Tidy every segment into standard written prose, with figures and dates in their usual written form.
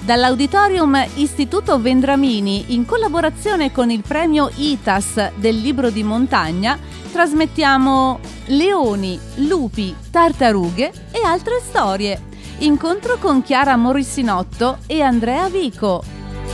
Dall'Auditorium Istituto Vendramini, in collaborazione con il premio ITAS del libro di montagna, trasmettiamo Leoni, lupi, tartarughe e altre storie. Incontro con Chiara Morissinotto e Andrea Vico.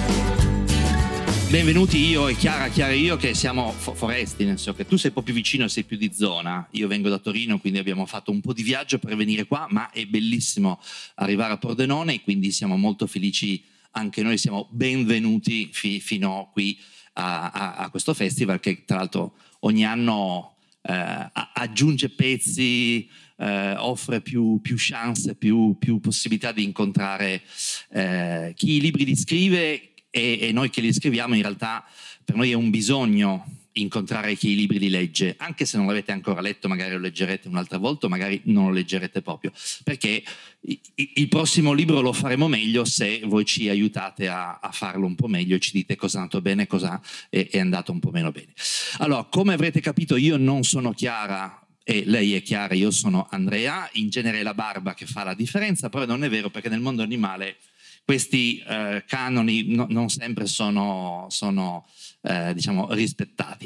Benvenuti io e Chiara e io che siamo foresti, nel senso che tu sei un po' più vicino, sei più di zona, io vengo da Torino, quindi abbiamo fatto un po' di viaggio per venire qua, ma è bellissimo arrivare a Pordenone e quindi siamo molto felici, anche noi siamo benvenuti fino qui a questo festival che tra l'altro ogni anno aggiunge pezzi, offre più chance, più possibilità di incontrare chi i libri li scrive. E noi che li scriviamo in realtà per noi è un bisogno incontrare chi i libri li legge, anche se non l'avete ancora letto, magari lo leggerete un'altra volta, magari non lo leggerete proprio, perché il prossimo libro lo faremo meglio se voi ci aiutate a farlo un po' meglio e ci dite cosa è andato bene e cosa è andato un po' meno bene. Allora, come avrete capito, io non sono Chiara e lei è Chiara, io sono Andrea. In genere è la barba che fa la differenza, però non è vero, perché nel mondo animale questi canoni non sempre sono diciamo rispettati.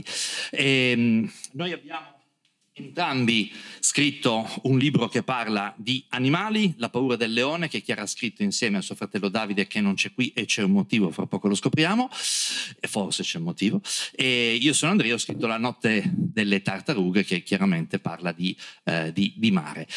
Noi abbiamo entrambi scritto un libro che parla di animali, La paura del leone, che Chiara ha scritto insieme a suo fratello Davide, che non c'è qui e c'è un motivo, fra poco lo scopriamo, e forse c'è un motivo. E io sono Andrea, ho scritto La notte delle tartarughe, che chiaramente parla di mare.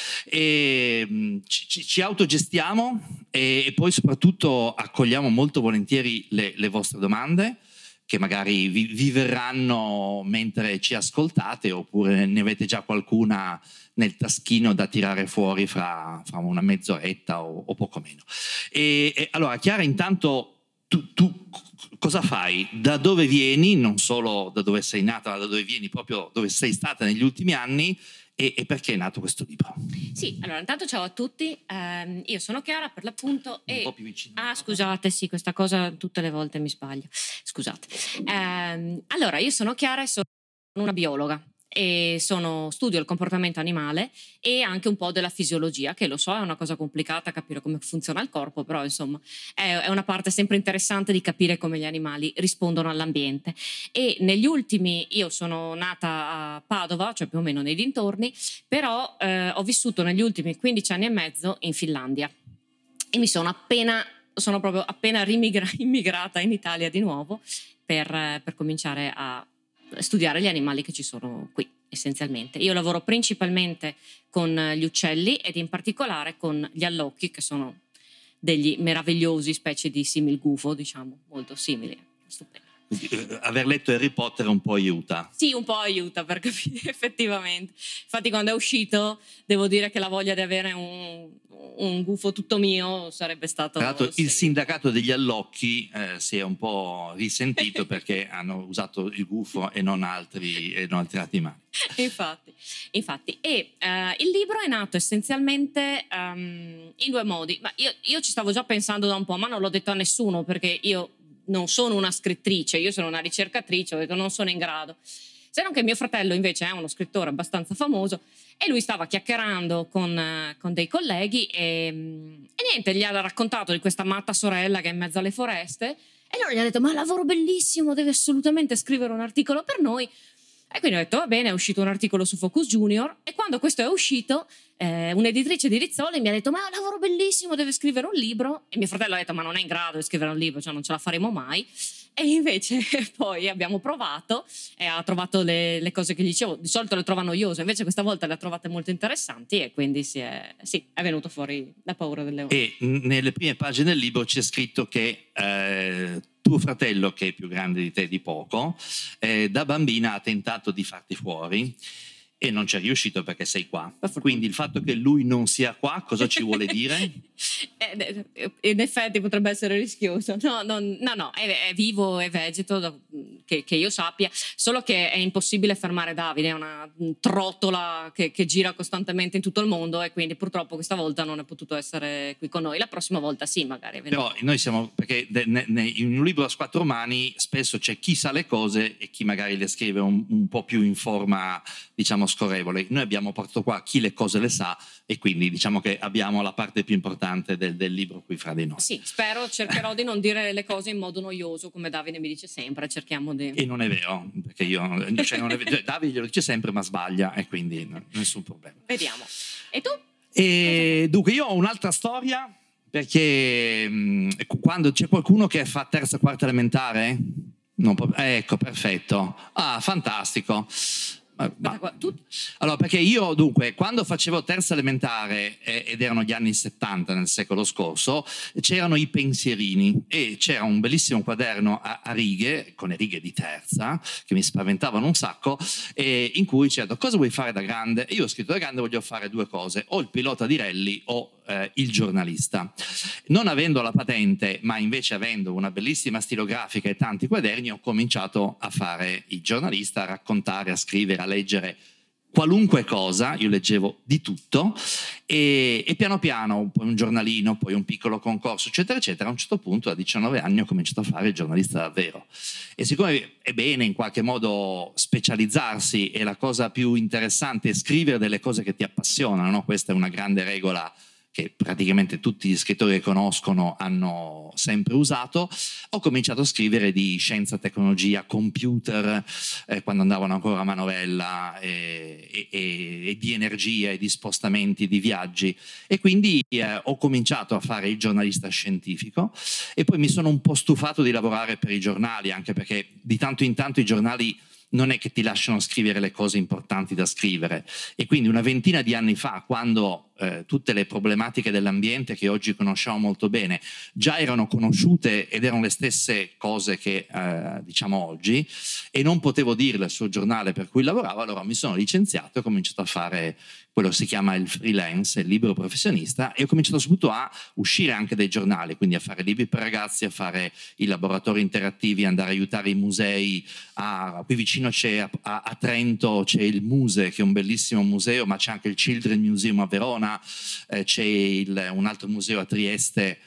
E ci autogestiamo e poi soprattutto accogliamo molto volentieri le vostre domande, che magari vi verranno mentre ci ascoltate, oppure ne avete già qualcuna nel taschino da tirare fuori fra una mezz'oretta o poco meno. E allora, Chiara, intanto tu cosa fai? Da dove vieni? Non solo da dove sei nata, ma da dove vieni, proprio dove sei stata negli ultimi anni, e perché è nato questo libro? Sì, allora intanto ciao a tutti, io sono Chiara per l'appunto e... Un po' più vicino. Ah, scusate, sì, questa cosa tutte le volte mi sbaglio, scusate. Allora, io sono Chiara e sono una biologa e studio il comportamento animale e anche un po' della fisiologia, che lo so è una cosa complicata capire come funziona il corpo, però insomma è una parte sempre interessante di capire come gli animali rispondono all'ambiente. E negli ultimi, io sono nata a Padova, cioè più o meno nei dintorni, però ho vissuto negli ultimi 15 anni e mezzo in Finlandia e sono proprio appena immigrata in Italia di nuovo per cominciare a studiare gli animali che ci sono qui, essenzialmente. Io lavoro principalmente con gli uccelli ed in particolare con gli allocchi, che sono degli meravigliosi specie di similgufo, diciamo, molto simili, stupendi. Aver letto Harry Potter un po' aiuta. Sì, un po' aiuta per capire, effettivamente. Infatti quando è uscito devo dire che la voglia di avere un gufo tutto mio sarebbe stato... Tra l'altro il sindacato degli allocchi si è un po' risentito perché hanno usato il gufo e non altri animali. Infatti. E il libro è nato essenzialmente in due modi. Ma io ci stavo già pensando da un po', ma non l'ho detto a nessuno perché io non sono una scrittrice, io sono una ricercatrice, ho detto non sono in grado. Se non che mio fratello invece è uno scrittore abbastanza famoso e lui stava chiacchierando con dei colleghi e niente, gli ha raccontato di questa matta sorella che è in mezzo alle foreste e loro gli ha detto ma lavoro bellissimo, devi assolutamente scrivere un articolo per noi. E quindi ho detto va bene, è uscito un articolo su Focus Junior e quando questo è uscito un'editrice di Rizzoli mi ha detto ma è un lavoro bellissimo, deve scrivere un libro, e mio fratello ha detto ma non è in grado di scrivere un libro, cioè non ce la faremo mai. E invece poi abbiamo provato e ha trovato le cose che gli dicevo, di solito le trova noiose, invece questa volta le ha trovate molto interessanti e quindi è venuto fuori La paura del leone. E nelle prime pagine del libro c'è scritto che tuo fratello, che è più grande di te di poco, da bambina ha tentato di farti fuori e non ci è riuscito perché sei qua. Quindi il fatto che lui non sia qua, cosa ci vuole dire? In effetti potrebbe essere rischioso. No, è vivo e vegeto, che io sappia, solo che è impossibile fermare Davide, è una trottola che gira costantemente in tutto il mondo e quindi purtroppo questa volta non è potuto essere qui con noi. La prossima volta sì, magari. Però noi siamo, perché in un libro a quattro mani spesso c'è chi sa le cose e chi magari le scrive un po' più in forma, diciamo, scorrevole. Noi abbiamo portato qua chi le cose le sa e quindi diciamo che abbiamo la parte più importante del libro qui fra di noi. Sì, cercherò di non dire le cose in modo noioso, come Davide mi dice sempre, cerchiamo di... E non è vero, perché Davide glielo dice sempre ma sbaglia e quindi nessun problema. Vediamo. E tu? E dunque io ho un'altra storia, perché quando c'è qualcuno che fa terza, quarta elementare? Ecco, perfetto. Ah, fantastico. Allora, perché io dunque quando facevo terza elementare ed erano gli anni 70 nel secolo scorso, c'erano i pensierini e c'era un bellissimo quaderno a righe, con le righe di terza, che mi spaventavano un sacco, e in cui c'era: cosa vuoi fare da grande? E io ho scritto: da grande voglio fare due cose, o il pilota di rally o il giornalista. Non avendo la patente, ma invece avendo una bellissima stilografica e tanti quaderni, ho cominciato a fare il giornalista, a raccontare, a scrivere, a leggere qualunque cosa. Io leggevo di tutto e piano piano, poi un giornalino, poi un piccolo concorso, eccetera eccetera. A un certo punto, a 19 anni, ho cominciato a fare il giornalista davvero, e siccome è bene in qualche modo specializzarsi e la cosa più interessante è scrivere delle cose che ti appassionano, no? Questa è una grande regola che praticamente tutti gli scrittori che conoscono hanno sempre usato. Ho cominciato a scrivere di scienza, tecnologia, computer, quando andavano ancora a manovella, e di energia e di spostamenti, di viaggi, e quindi ho cominciato a fare il giornalista scientifico e poi mi sono un po' stufato di lavorare per i giornali, anche perché di tanto in tanto i giornali non è che ti lasciano scrivere le cose importanti da scrivere, e quindi una ventina di anni fa, quando tutte le problematiche dell'ambiente che oggi conosciamo molto bene già erano conosciute ed erano le stesse cose che diciamo oggi, e non potevo dirle sul giornale per cui lavoravo, allora mi sono licenziato e ho cominciato a fare quello che si chiama il freelance, il libero professionista, e ho cominciato subito a uscire anche dai giornali, quindi a fare libri per ragazzi, a fare i laboratori interattivi, andare a aiutare i musei. Qui vicino a Trento c'è il Muse, che è un bellissimo museo, ma c'è anche il Children's Museum a Verona, c'è un altro museo a Trieste,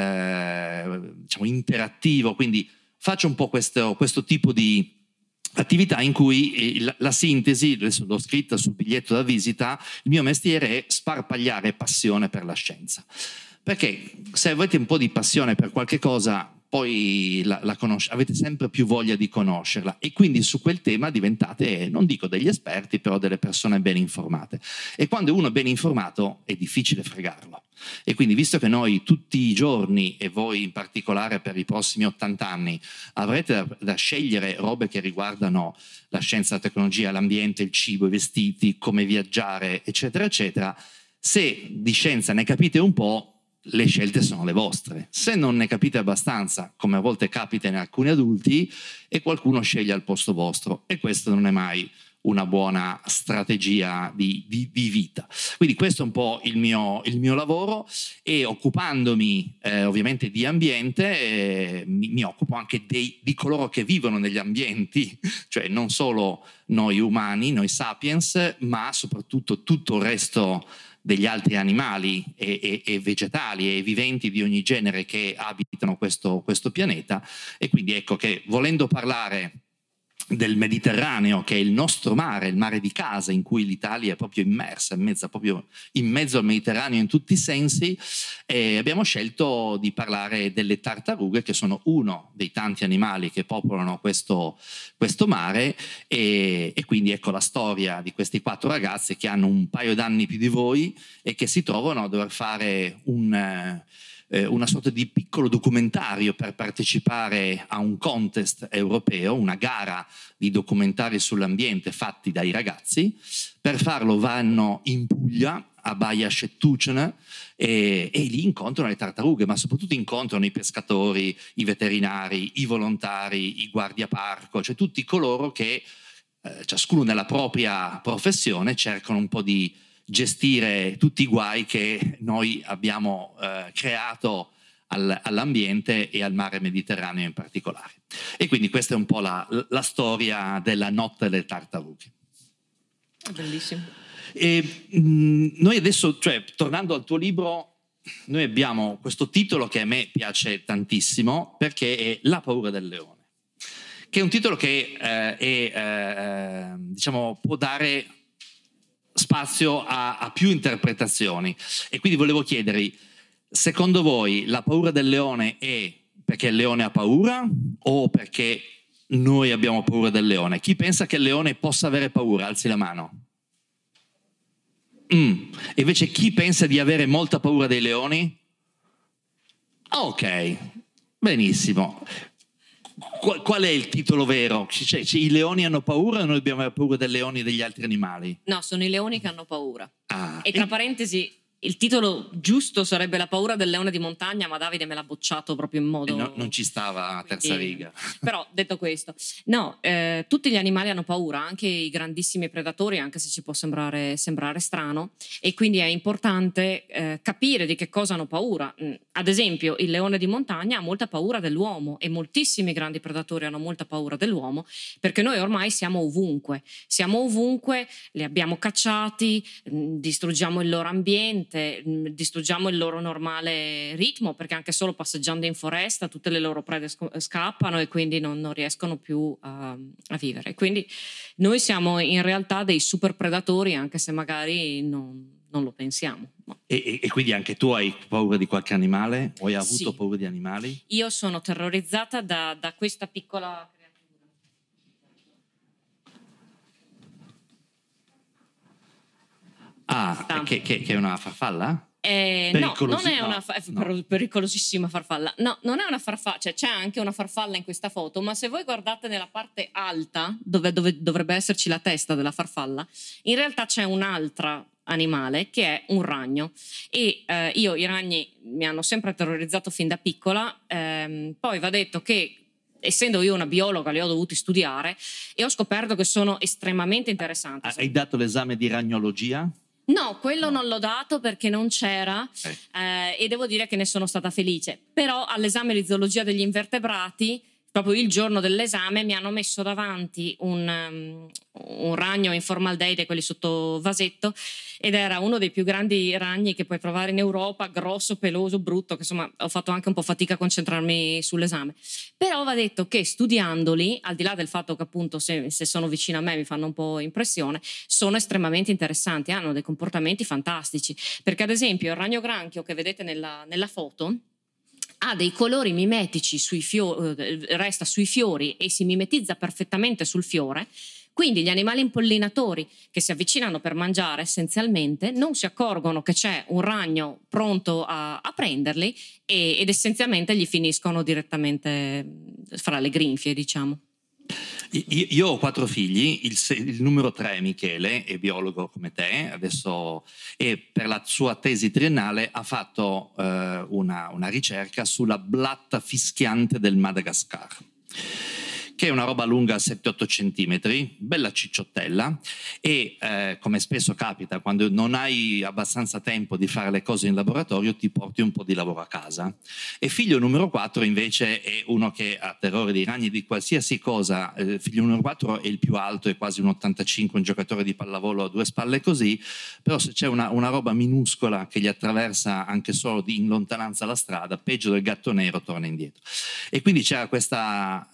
diciamo interattivo, quindi faccio un po' questo tipo di attività in cui la sintesi, adesso l'ho scritta sul biglietto da visita, il mio mestiere è sparpagliare passione per la scienza, perché se avete un po' di passione per qualche cosa poi avete sempre più voglia di conoscerla, e quindi su quel tema diventate, non dico degli esperti, però delle persone ben informate, e quando uno è ben informato è difficile fregarlo. E quindi, visto che noi tutti i giorni, e voi in particolare per i prossimi 80 anni, avrete da scegliere robe che riguardano la scienza, la tecnologia, l'ambiente, il cibo, i vestiti, come viaggiare, eccetera eccetera, se di scienza ne capite un po', le scelte sono le vostre. Se non ne capite abbastanza, come a volte capita in alcuni adulti, e qualcuno sceglie al posto vostro, e questo non è mai una buona strategia di vita. Quindi questo è un po' il mio lavoro, e occupandomi ovviamente di ambiente, mi occupo anche di coloro che vivono negli ambienti, cioè non solo noi umani, noi sapiens, ma soprattutto tutto il resto degli altri animali e vegetali e viventi di ogni genere che abitano questo pianeta. E quindi ecco che, volendo parlare del Mediterraneo, che è il nostro mare, il mare di casa, in cui l'Italia è proprio immersa, proprio in mezzo al Mediterraneo in tutti i sensi, abbiamo scelto di parlare delle tartarughe, che sono uno dei tanti animali che popolano questo mare, e quindi ecco la storia di questi 4 ragazzi che hanno un paio d'anni più di voi e che si trovano a dover fare una sorta di piccolo documentario per partecipare a un contest europeo, una gara di documentari sull'ambiente fatti dai ragazzi. Per farlo vanno in Puglia, a Baia Scetucene, e lì incontrano le tartarughe, ma soprattutto incontrano i pescatori, i veterinari, i volontari, i guardiaparco, cioè tutti coloro che, ciascuno nella propria professione, cercano un po' di gestire tutti i guai che noi abbiamo creato all'ambiente e al mare Mediterraneo in particolare. E quindi questa è un po' la storia della notte delle tartarughe. Bellissimo. E noi adesso, cioè, tornando al tuo libro, noi abbiamo questo titolo che a me piace tantissimo, perché è La paura del leone, che è un titolo che diciamo, può dare spazio a più interpretazioni. E quindi volevo chiedervi, secondo voi la paura del leone è perché il leone ha paura o perché noi abbiamo paura del leone? Chi pensa che il leone possa avere paura? Alzi la mano. E invece chi pensa di avere molta paura dei leoni? Ok, benissimo. Qual è il titolo vero? Cioè, i leoni hanno paura o noi dobbiamo avere paura dei leoni e degli altri animali? No, sono i leoni che hanno paura. Ah, E tra parentesi, il titolo giusto sarebbe La paura del leone di montagna, ma Davide me l'ha bocciato proprio in modo... non ci stava a terza riga. Però, detto questo, no, tutti gli animali hanno paura, anche i grandissimi predatori, anche se ci può sembrare strano, e quindi è importante capire di che cosa hanno paura. Ad esempio, il leone di montagna ha molta paura dell'uomo e moltissimi grandi predatori hanno molta paura dell'uomo, perché noi ormai siamo ovunque, li abbiamo cacciati, distruggiamo il loro ambiente, distruggiamo il loro normale ritmo, perché anche solo passeggiando in foresta tutte le loro prede scappano e quindi non riescono più a vivere. Quindi noi siamo in realtà dei super predatori, anche se magari non lo pensiamo. No. E quindi anche tu hai paura di qualche animale? O hai avuto Sì. paura di animali? Io sono terrorizzata da questa piccola creatura. Che è una farfalla? No, non è una pericolosissima farfalla. No, non è una farfalla, cioè c'è anche una farfalla in questa foto, ma se voi guardate nella parte alta, dove dovrebbe esserci la testa della farfalla, in realtà c'è un'altra animale che è un ragno. E io i ragni mi hanno sempre terrorizzato fin da piccola. Poi va detto che, essendo io una biologa, li ho dovuti studiare e ho scoperto che sono estremamente interessanti. Hai dato l'esame di ragnologia? No, quello non l'ho dato perché non c'era e devo dire che ne sono stata felice. Però all'esame di zoologia degli invertebrati, proprio il giorno dell'esame, mi hanno messo davanti un ragno in formaldeide, quelli sotto vasetto, ed era uno dei più grandi ragni che puoi trovare in Europa, grosso, peloso, brutto, che insomma ho fatto anche un po' fatica a concentrarmi sull'esame. Però va detto che studiandoli, al di là del fatto che appunto se sono vicino a me mi fanno un po' impressione, sono estremamente interessanti, hanno dei comportamenti fantastici, perché ad esempio il ragno granchio che vedete nella foto ha dei colori mimetici sui fiori, resta sui fiori e si mimetizza perfettamente sul fiore. Quindi gli animali impollinatori che si avvicinano per mangiare essenzialmente non si accorgono che c'è un ragno pronto a prenderli ed essenzialmente gli finiscono direttamente fra le grinfie, diciamo. Io ho 4 figli, il numero 3 Michele è biologo come te adesso, e per la sua tesi triennale ha fatto una ricerca sulla blatta fischiante del Madagascar, che è una roba lunga 7-8 centimetri, bella cicciottella, e come spesso capita quando non hai abbastanza tempo di fare le cose in laboratorio ti porti un po' di lavoro a casa. E figlio numero 4 invece è uno che ha terrore dei ragni, di qualsiasi cosa. Figlio numero 4 è il più alto, è quasi un 85, un giocatore di pallavolo a 2 spalle così, però se c'è una roba minuscola che gli attraversa anche solo in lontananza la strada, peggio del gatto nero, torna indietro. E quindi c'era questa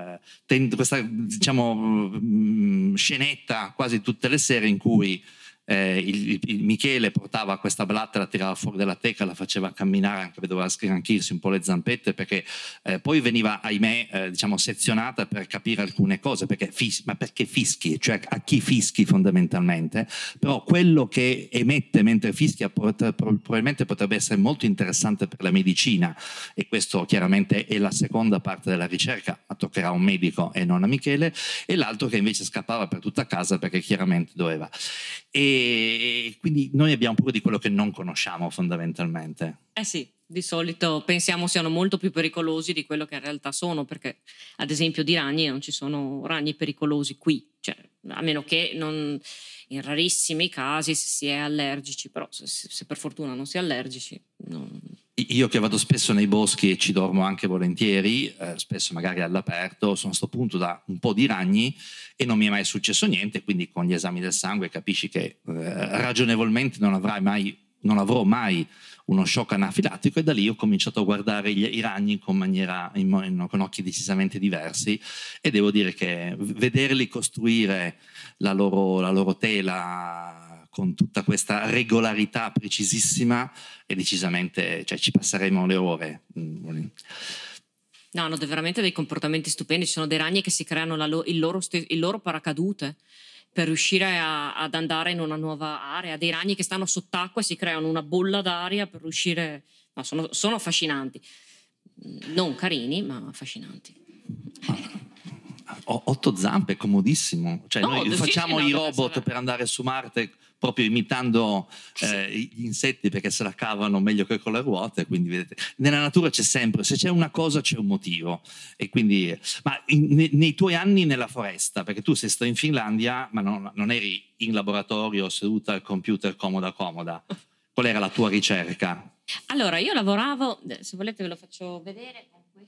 diciamo scenetta quasi tutte le sere in cui il Michele portava questa blatta, la tirava fuori dalla teca, la faceva camminare, anche doveva sgranchirsi un po' le zampette, perché poi veniva, ahimè, diciamo sezionata per capire alcune cose, ma perché fischi? Cioè a chi fischi fondamentalmente? Però quello che emette mentre fischia probabilmente potrebbe essere molto interessante per la medicina, e questo chiaramente è la seconda parte della ricerca, ma toccherà a un medico e non a Michele, e l'altro che invece scappava per tutta casa perché chiaramente doveva. E quindi noi abbiamo paura di quello che non conosciamo fondamentalmente. Sì, di solito pensiamo siano molto più pericolosi di quello che in realtà sono, perché ad esempio di ragni non ci sono ragni pericolosi qui, cioè, a meno che in rarissimi casi se si è allergici, però se per fortuna non si è allergici Io che vado spesso nei boschi e ci dormo anche volentieri, spesso magari all'aperto, sono a sto punto da un po' di ragni e non mi è mai successo niente, quindi con gli esami del sangue capisci che ragionevolmente non avrò mai uno shock anafilattico, e da lì ho cominciato a guardare i ragni con occhi decisamente diversi, e devo dire che vederli costruire la loro tela con tutta questa regolarità precisissima è decisamente, cioè ci passeremo le ore. No, hanno veramente dei comportamenti stupendi. Ci sono dei ragni che si creano il loro paracadute per riuscire ad andare in una nuova area, dei ragni che stanno sott'acqua e si creano una bolla d'aria per riuscire... No, sono affascinanti, non carini ma affascinanti. 8 zampe, comodissimo, cioè noi facciamo i robot per andare su Marte proprio imitando gli insetti, perché se la cavano meglio che con le ruote, quindi vedete, nella natura c'è sempre, se c'è una cosa c'è un motivo. E quindi, ma nei tuoi anni nella foresta, perché tu sei stato in Finlandia ma non eri in laboratorio seduta al computer comoda, qual era la tua ricerca? Allora, io lavoravo, se volete ve lo faccio vedere,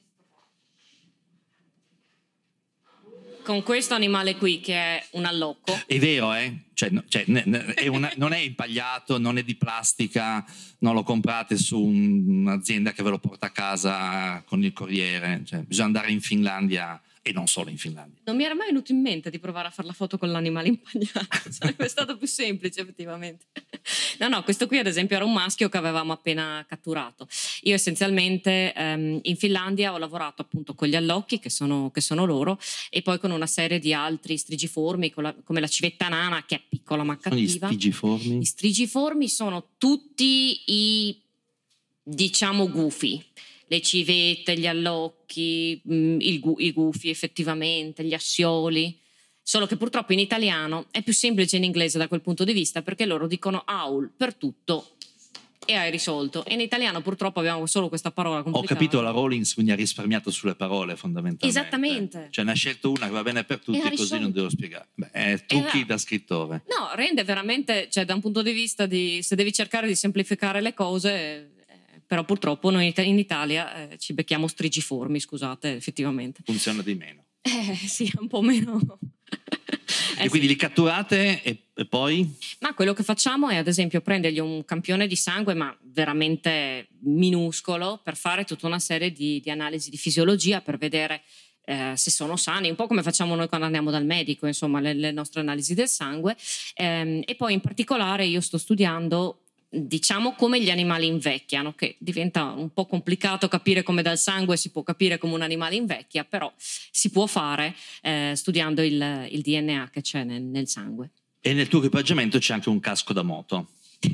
con questo animale qui che è un allocco. È vero, non è impagliato, non è di plastica, non lo comprate su un'azienda che ve lo porta a casa con il corriere, cioè, bisogna andare in Finlandia, e non solo in Finlandia. Non mi era mai venuto in mente di provare a fare la foto con l'animale impagliato, sarebbe stato più semplice effettivamente. No, questo qui ad esempio era un maschio che avevamo appena catturato. Io essenzialmente in Finlandia ho lavorato appunto con gli allocchi, che sono loro, e poi con una serie di altri strigiformi, come la civetta nana, che è piccola ma cattiva. Gli strigiformi? Gli strigiformi sono tutti diciamo gufi. Le civette, gli allocchi, i gufi effettivamente, gli assioli, solo che purtroppo in italiano è più semplice in inglese da quel punto di vista, perché loro dicono owl per tutto e hai risolto, e in italiano purtroppo abbiamo solo questa parola complicata. Ho capito, la Rollins quindi ha risparmiato sulle parole fondamentalmente. Esattamente. Cioè ne ha scelto una che va bene per tutti, così non devo spiegare. Trucchi da scrittore. No, rende veramente, cioè da un punto di vista se devi cercare di semplificare le cose... Però purtroppo noi in Italia ci becchiamo strigiformi, scusate, effettivamente. Funziona di meno. Sì, un po' meno. E quindi li catturate e poi? Ma quello che facciamo è ad esempio prendergli un campione di sangue, ma veramente minuscolo, per fare tutta una serie di analisi di fisiologia per vedere se sono sani, un po' come facciamo noi quando andiamo dal medico, insomma le nostre analisi del sangue. E poi in particolare io sto studiando, diciamo, come gli animali invecchiano, che diventa un po' complicato capire come dal sangue si può capire come un animale invecchia, però si può fare studiando il DNA che c'è nel sangue. E nel tuo equipaggiamento c'è anche un casco da moto.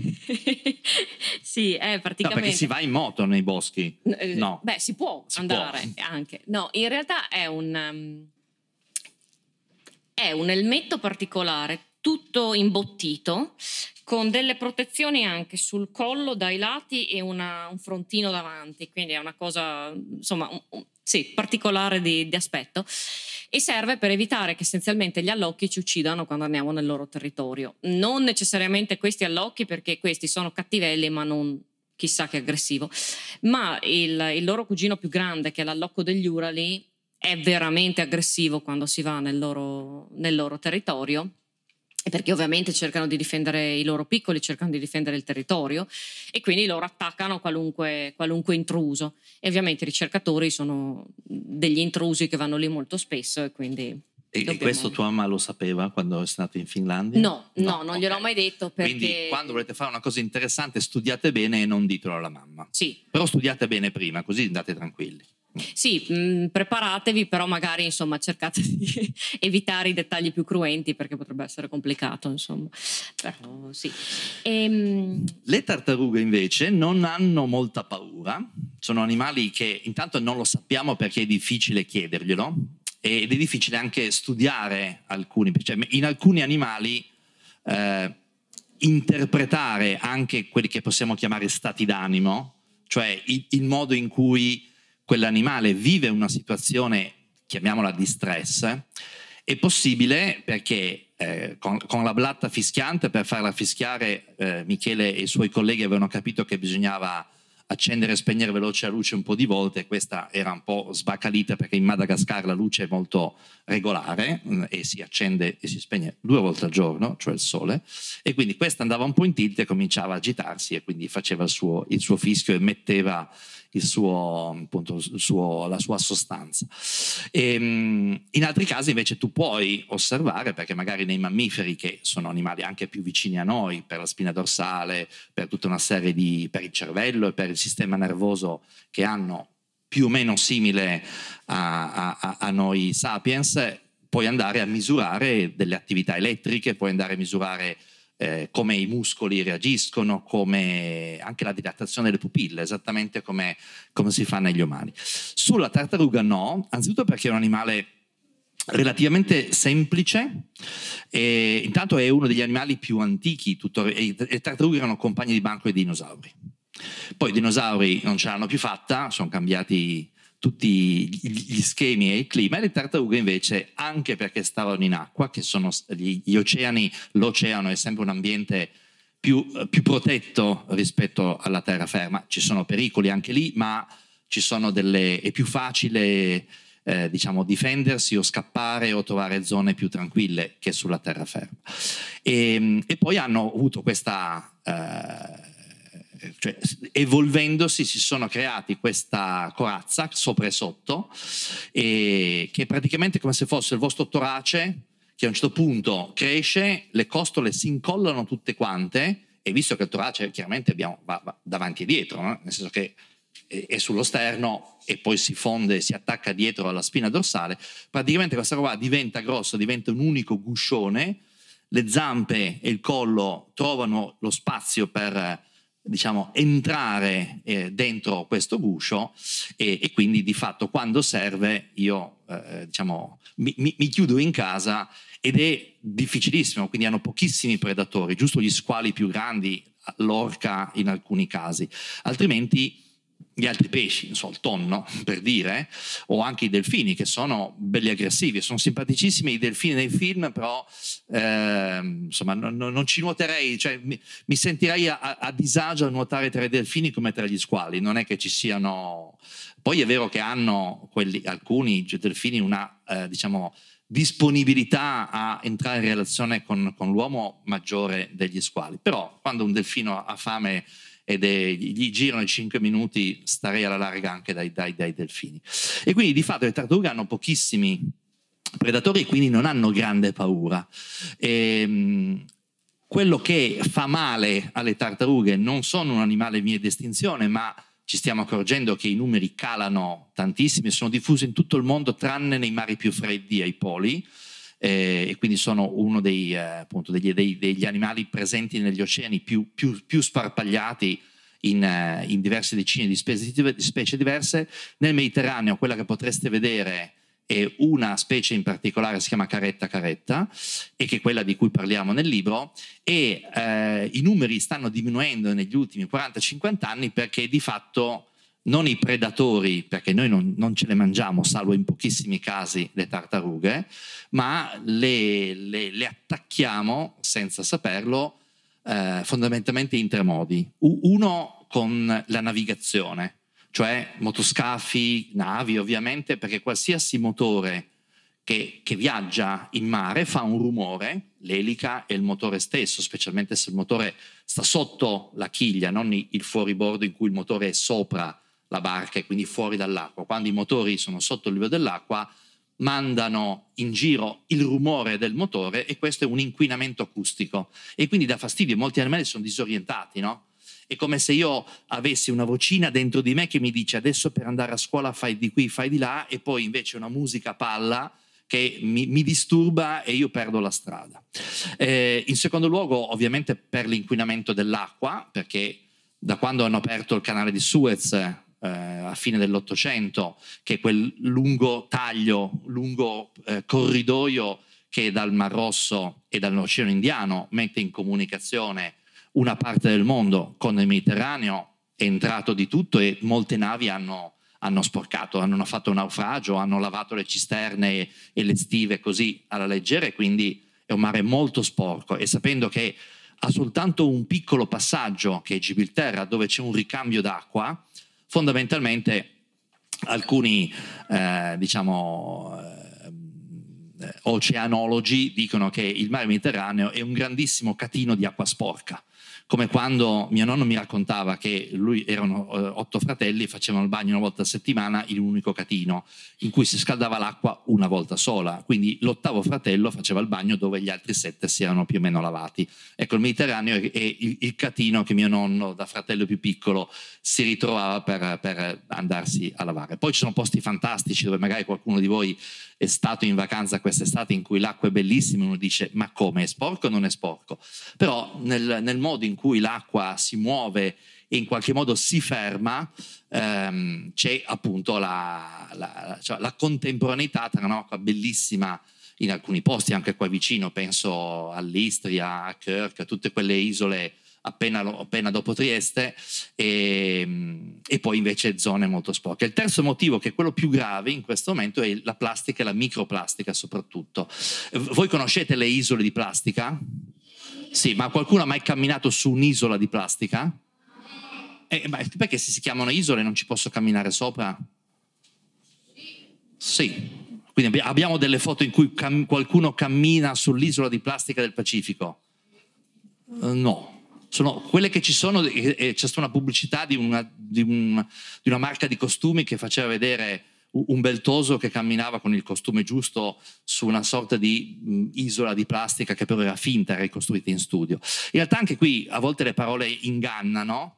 Sì, praticamente. No, perché si va in moto nei boschi. No. Beh, si può andare anche. No, in realtà è un elmetto particolare, tutto imbottito, con delle protezioni anche sul collo dai lati e un frontino davanti, quindi è una cosa, insomma, sì, particolare di aspetto, e serve per evitare che essenzialmente gli allocchi ci uccidano quando andiamo nel loro territorio. Non necessariamente questi allocchi, perché questi sono cattivelli ma non chissà che aggressivo, ma il loro cugino più grande, che è l'allocco degli Urali, è veramente aggressivo quando si va nel loro territorio, perché ovviamente cercano di difendere i loro piccoli, cercano di difendere il territorio, e quindi loro attaccano qualunque intruso, e ovviamente i ricercatori sono degli intrusi che vanno lì molto spesso, e quindi... E questo tua mamma lo sapeva quando è stato in Finlandia? No, non gliel'ho mai detto, perché... Quindi quando volete fare una cosa interessante studiate bene e non ditelo alla mamma. Sì. Però studiate bene prima, così andate tranquilli. Sì, preparatevi, però magari insomma cercate di evitare i dettagli più cruenti, perché potrebbe essere complicato, insomma. Però sì. Le tartarughe invece non hanno molta paura, sono animali che intanto non lo sappiamo perché è difficile chiederglielo, ed è difficile anche studiare alcuni, cioè in alcuni animali interpretare anche quelli che possiamo chiamare stati d'animo, cioè il modo in cui quell'animale vive una situazione, chiamiamola di stress, è possibile perché con la blatta fischiante, per farla fischiare, Michele e i suoi colleghi avevano capito che bisognava accendere e spegnere veloce la luce un po' di volte. Questa era un po' sbacalita perché in Madagascar la luce è molto regolare e si accende e si spegne 2 volte al giorno, cioè il sole, e quindi questa andava un po' in tilt e cominciava a agitarsi e quindi faceva il suo fischio e metteva la sua sostanza. In altri casi invece tu puoi osservare, perché magari nei mammiferi, che sono animali anche più vicini a noi per la spina dorsale, per tutta una serie per il cervello e per il sistema nervoso che hanno più o meno simile a noi sapiens, puoi andare a misurare delle attività elettriche, puoi andare a misurare come i muscoli reagiscono, come anche la dilatazione delle pupille, esattamente come si fa negli umani. Sulla tartaruga no, anzitutto perché è un animale relativamente semplice, e intanto è uno degli animali più antichi, le tartarughe erano compagni di banco dei dinosauri. Poi i dinosauri non ce l'hanno più fatta, sono cambiati tutti gli schemi e il clima, e le tartarughe invece, anche perché stavano in acqua, che sono gli oceani, l'oceano è sempre un ambiente più protetto rispetto alla terraferma. Ci sono pericoli anche lì, ma è più facile difendersi o scappare o trovare zone più tranquille che sulla terraferma. E poi hanno avuto questa evolvendosi si sono creati questa corazza sopra e sotto, che è praticamente come se fosse il vostro torace, che a un certo punto cresce, le costole si incollano tutte quante, e visto che il torace chiaramente va davanti e dietro, no? Nel senso che è sullo sterno e poi si fonde, si attacca dietro alla spina dorsale, praticamente questa roba diventa grossa, diventa un unico guscione, le zampe e il collo trovano lo spazio per entrare dentro questo guscio, e quindi di fatto quando serve io mi chiudo in casa, ed è difficilissimo, quindi hanno pochissimi predatori, giusto gli squali più grandi, l'orca in alcuni casi, altrimenti gli altri pesci, non so, il tonno per dire, o anche i delfini, che sono belli aggressivi, sono simpaticissimi i delfini nei film, però insomma non ci nuoterei, cioè mi sentirei a disagio a nuotare tra i delfini come tra gli squali, non è che ci siano. Poi è vero che hanno alcuni delfini una disponibilità a entrare in relazione con l'uomo maggiore degli squali, però quando un delfino ha fame gli girano i 5 minuti, starei alla larga anche dai delfini. E quindi di fatto le tartarughe hanno pochissimi predatori e quindi non hanno grande paura. Quello che fa male alle tartarughe non sono un animale in via di estinzione, ma ci stiamo accorgendo che i numeri calano tantissimi, sono diffusi in tutto il mondo tranne nei mari più freddi ai poli, e quindi sono uno degli animali presenti negli oceani più sparpagliati in diverse decine di specie diverse. Nel Mediterraneo quella che potreste vedere è una specie in particolare, si chiama caretta, e che è quella di cui parliamo nel libro, e i numeri stanno diminuendo negli ultimi 40-50 anni perché di fatto non i predatori, perché noi non ce le mangiamo, salvo in pochissimi casi le tartarughe, ma le attacchiamo senza saperlo, fondamentalmente in 3 modi. Uno con la navigazione, cioè motoscafi, navi ovviamente, perché qualsiasi motore che viaggia in mare fa un rumore, l'elica e il motore stesso, specialmente se il motore sta sotto la chiglia, non il fuoribordo in cui il motore è sopra la barca e quindi fuori dall'acqua. Quando i motori sono sotto il livello dell'acqua mandano in giro il rumore del motore, e questo è un inquinamento acustico e quindi dà fastidio. Molti animali sono disorientati, no? È come se io avessi una vocina dentro di me che mi dice adesso per andare a scuola fai di qui, fai di là, e poi invece una musica a palla che mi disturba e io perdo la strada. In secondo luogo ovviamente per l'inquinamento dell'acqua, perché da quando hanno aperto il canale di Suez a fine dell'800, che è quel lungo corridoio che dal Mar Rosso e dall'Oceano Indiano mette in comunicazione una parte del mondo con il Mediterraneo, è entrato di tutto e molte navi hanno sporcato, hanno fatto naufragio, hanno lavato le cisterne e le stive così alla leggera, e quindi è un mare molto sporco. E sapendo che ha soltanto un piccolo passaggio che è Gibilterra, dove c'è un ricambio d'acqua. Fondamentalmente alcuni oceanologi dicono che il mare Mediterraneo è un grandissimo catino di acqua sporca, come quando mio nonno mi raccontava che lui erano 8 fratelli e facevano il bagno una volta a settimana in un unico catino in cui si scaldava l'acqua una volta sola, quindi l'8º fratello faceva il bagno dove gli altri 7 si erano più o meno lavati. Ecco, il Mediterraneo è il catino che mio nonno da fratello più piccolo si ritrovava per andarsi a lavare. Poi ci sono posti fantastici dove magari qualcuno di voi è stato in vacanza quest'estate in cui l'acqua è bellissima e uno dice ma come, è sporco o non è sporco? Però nel modo in cui l'acqua si muove e in qualche modo si ferma, c'è appunto la contemporaneità tra un'acqua bellissima in alcuni posti, anche qua vicino, penso all'Istria, a Kirk, a tutte quelle isole appena dopo Trieste, e poi invece zone molto sporche. Il terzo motivo, che è quello più grave in questo momento, è la plastica e la microplastica soprattutto. Voi conoscete le isole di plastica? Sì, ma qualcuno ha mai camminato su un'isola di plastica? Perché se si chiamano isole non ci posso camminare sopra? Sì. Quindi abbiamo delle foto in cui qualcuno cammina sull'isola di plastica del Pacifico? No. Sono quelle che ci sono, c'è stata una pubblicità di una marca di costumi che faceva vedere un beltoso che camminava con il costume giusto su una sorta di isola di plastica che però era finta, era ricostruita in studio. In realtà anche qui a volte le parole ingannano.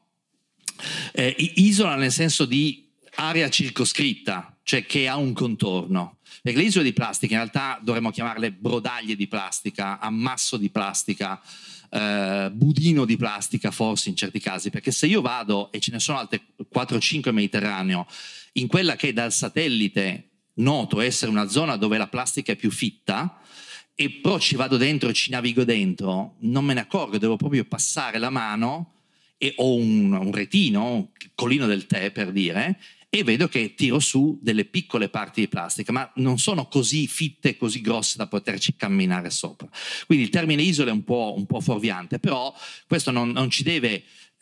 Isola nel senso di area circoscritta, cioè che ha un contorno. Perché le isole di plastica in realtà dovremmo chiamarle brodaglie di plastica, ammasso di plastica, budino di plastica forse in certi casi, perché se io vado, e ce ne sono altre 4-5 in Mediterraneo, in quella che dal satellite noto essere una zona dove la plastica è più fitta, e però ci vado dentro e ci navigo dentro, non me ne accorgo, devo proprio passare la mano e ho un retino, un collino del tè per dire, e vedo che tiro su delle piccole parti di plastica, ma non sono così fitte, così grosse da poterci camminare sopra. Quindi il termine isole è un po' fuorviante, però questo non ci deve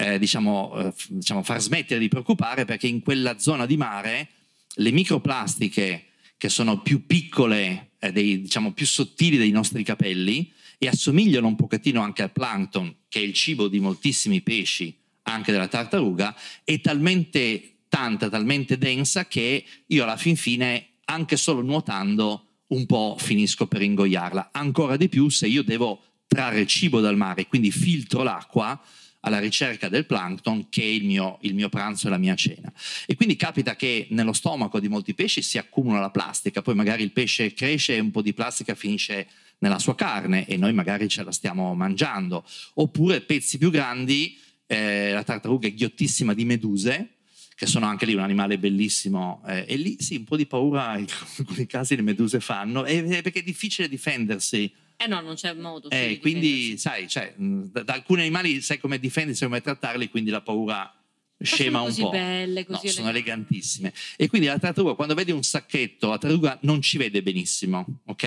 far smettere di preoccupare, perché in quella zona di mare le microplastiche, che sono più piccole, più sottili dei nostri capelli, e assomigliano un pochettino anche al plankton, che è il cibo di moltissimi pesci, anche della tartaruga, è talmente tanta, talmente densa che io alla fin fine, anche solo nuotando, un po' finisco per ingoiarla. Ancora di più se io devo trarre cibo dal mare, quindi filtro l'acqua alla ricerca del plankton, che è il mio pranzo e la mia cena. E quindi capita che nello stomaco di molti pesci si accumula la plastica, poi magari il pesce cresce e un po' di plastica finisce nella sua carne e noi magari ce la stiamo mangiando. Oppure pezzi più grandi, la tartaruga è ghiottissima di meduse, che sono anche lì un animale bellissimo, e lì sì, un po' di paura in alcuni casi le meduse fanno, perché è difficile difendersi. No, non c'è modo. Quindi sai, da alcuni animali sai come difendersi, sai come trattarli, quindi la paura scema un po'. Belle, così sono elegantissime. E quindi la tartaruga, quando vede un sacchetto, la tartaruga non ci vede benissimo, ok?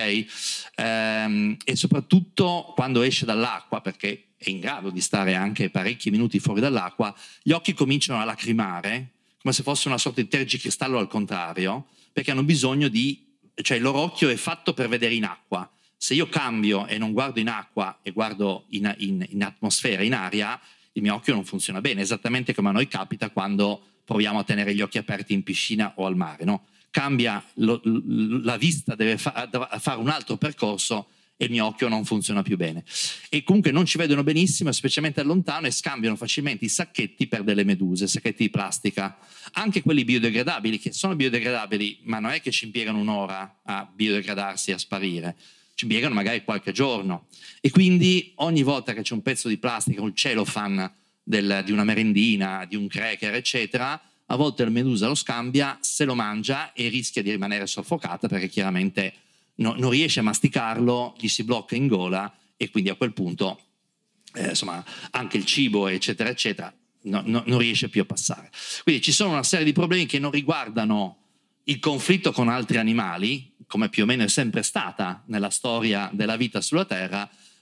E soprattutto quando esce dall'acqua, perché è in grado di stare anche parecchi minuti fuori dall'acqua, gli occhi cominciano a lacrimare, come se fosse una sorta di tergicristallo al contrario, perché hanno bisogno cioè il loro occhio è fatto per vedere in acqua. Se io cambio e non guardo in acqua e guardo in atmosfera, in aria, il mio occhio non funziona bene, esattamente come a noi capita quando proviamo a tenere gli occhi aperti in piscina o al mare, no? Cambia la vista, deve fare un altro percorso e il mio occhio non funziona più bene. E comunque non ci vedono benissimo, specialmente da lontano, e scambiano facilmente i sacchetti per delle meduse, sacchetti di plastica. Anche quelli biodegradabili, che sono biodegradabili, ma non è che ci impiegano un'ora a biodegradarsi e a sparire. Ci impiegano magari qualche giorno, e quindi ogni volta che c'è un pezzo di plastica, un cellophane di una merendina, di un cracker eccetera, a volte la medusa lo scambia, se lo mangia e rischia di rimanere soffocata, perché chiaramente non riesce a masticarlo, gli si blocca in gola e quindi a quel punto anche il cibo eccetera eccetera non riesce più a passare. Quindi ci sono una serie di problemi che non riguardano il conflitto con altri animali, come più o meno è sempre stata nella storia della vita sulla Terra,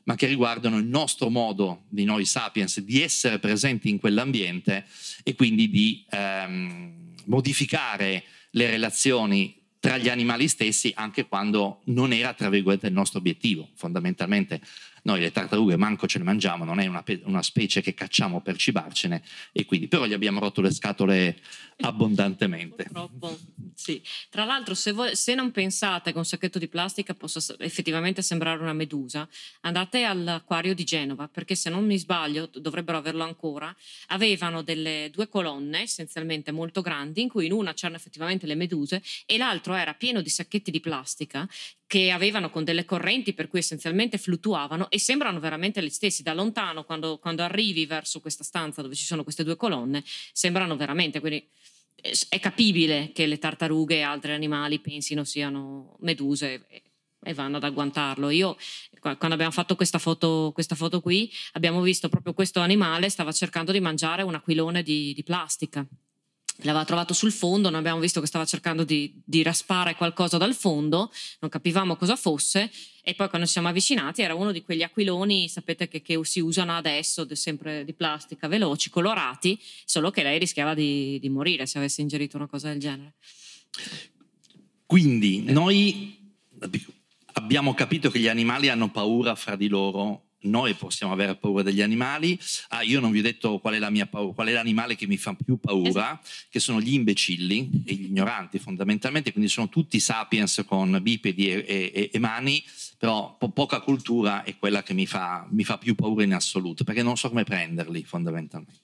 ma che riguardano il nostro modo di noi sapiens di essere presenti in quell'ambiente e quindi di modificare le relazioni tra gli animali stessi anche quando non era, tra virgolette, il nostro obiettivo. Fondamentalmente noi le tartarughe manco ce le mangiamo, non è una specie che cacciamo per cibarcene, e quindi però gli abbiamo rotto le scatole abbondantemente. Purtroppo, sì. Tra l'altro, se non pensate che un sacchetto di plastica possa effettivamente sembrare una medusa, andate all'acquario di Genova, perché se non mi sbaglio, dovrebbero averlo ancora, avevano delle 2 colonne essenzialmente molto grandi, in cui in una c'erano effettivamente le meduse e l'altro era pieno di sacchetti di plastica che avevano con delle correnti per cui essenzialmente fluttuavano e sembrano veramente gli stessi. Da lontano, quando arrivi verso questa stanza dove ci sono queste 2 colonne, sembrano veramente, quindi è capibile che le tartarughe e altri animali pensino siano meduse e vanno ad agguantarlo. Io, quando abbiamo fatto questa foto qui, abbiamo visto proprio questo animale stava cercando di mangiare un aquilone di plastica. L'aveva trovato sul fondo, noi abbiamo visto che stava cercando di raspare qualcosa dal fondo, non capivamo cosa fosse, e poi quando ci siamo avvicinati era uno di quegli aquiloni, sapete, che si usano adesso, sempre di plastica, veloci, colorati, solo che lei rischiava di morire se avesse ingerito una cosa del genere. Quindi noi abbiamo capito che gli animali hanno paura fra di loro. Noi possiamo avere paura degli animali. Io non vi ho detto qual è la mia paura, qual è l'animale che mi fa più paura, che sono gli imbecilli e gli ignoranti fondamentalmente, quindi sono tutti sapiens con bipedi e mani, però poca cultura è quella che mi fa più paura in assoluto, perché non so come prenderli fondamentalmente.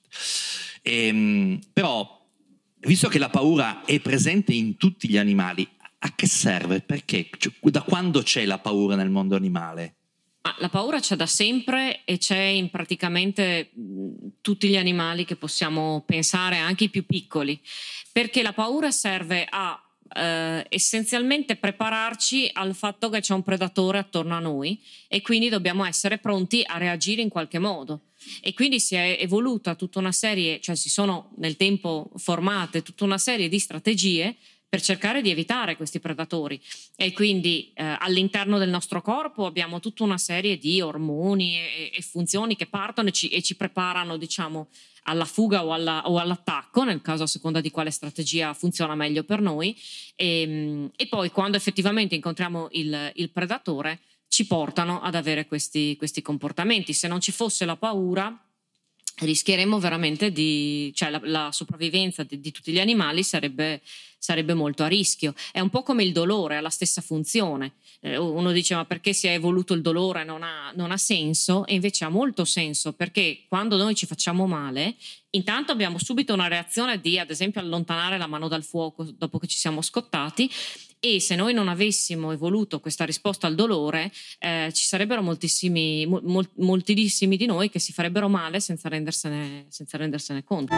Però, visto che la paura è presente in tutti gli animali, a che serve? Perché? Da quando c'è la paura nel mondo animale? La paura c'è da sempre e c'è in praticamente tutti gli animali che possiamo pensare, anche i più piccoli, perché la paura serve a essenzialmente prepararci al fatto che c'è un predatore attorno a noi e quindi dobbiamo essere pronti a reagire in qualche modo. E quindi si è evoluta tutta una serie, cioè si sono nel tempo formate tutta una serie di strategie per cercare di evitare questi predatori, e quindi all'interno del nostro corpo abbiamo tutta una serie di ormoni e funzioni che partono e ci preparano, diciamo, alla fuga o all'attacco, nel caso a seconda di quale strategia funziona meglio per noi, e poi quando effettivamente incontriamo il predatore ci portano ad avere questi comportamenti. Se non ci fosse la paura, rischieremmo veramente cioè la sopravvivenza di tutti gli animali sarebbe molto a rischio. È un po' come il dolore, ha la stessa funzione. Uno dice: ma perché si è evoluto il dolore? Non ha senso, e invece ha molto senso, perché quando noi ci facciamo male, intanto abbiamo subito una reazione di, ad esempio, allontanare la mano dal fuoco dopo che ci siamo scottati, e se noi non avessimo evoluto questa risposta al dolore, ci sarebbero moltissimi di noi che si farebbero male senza rendersene conto.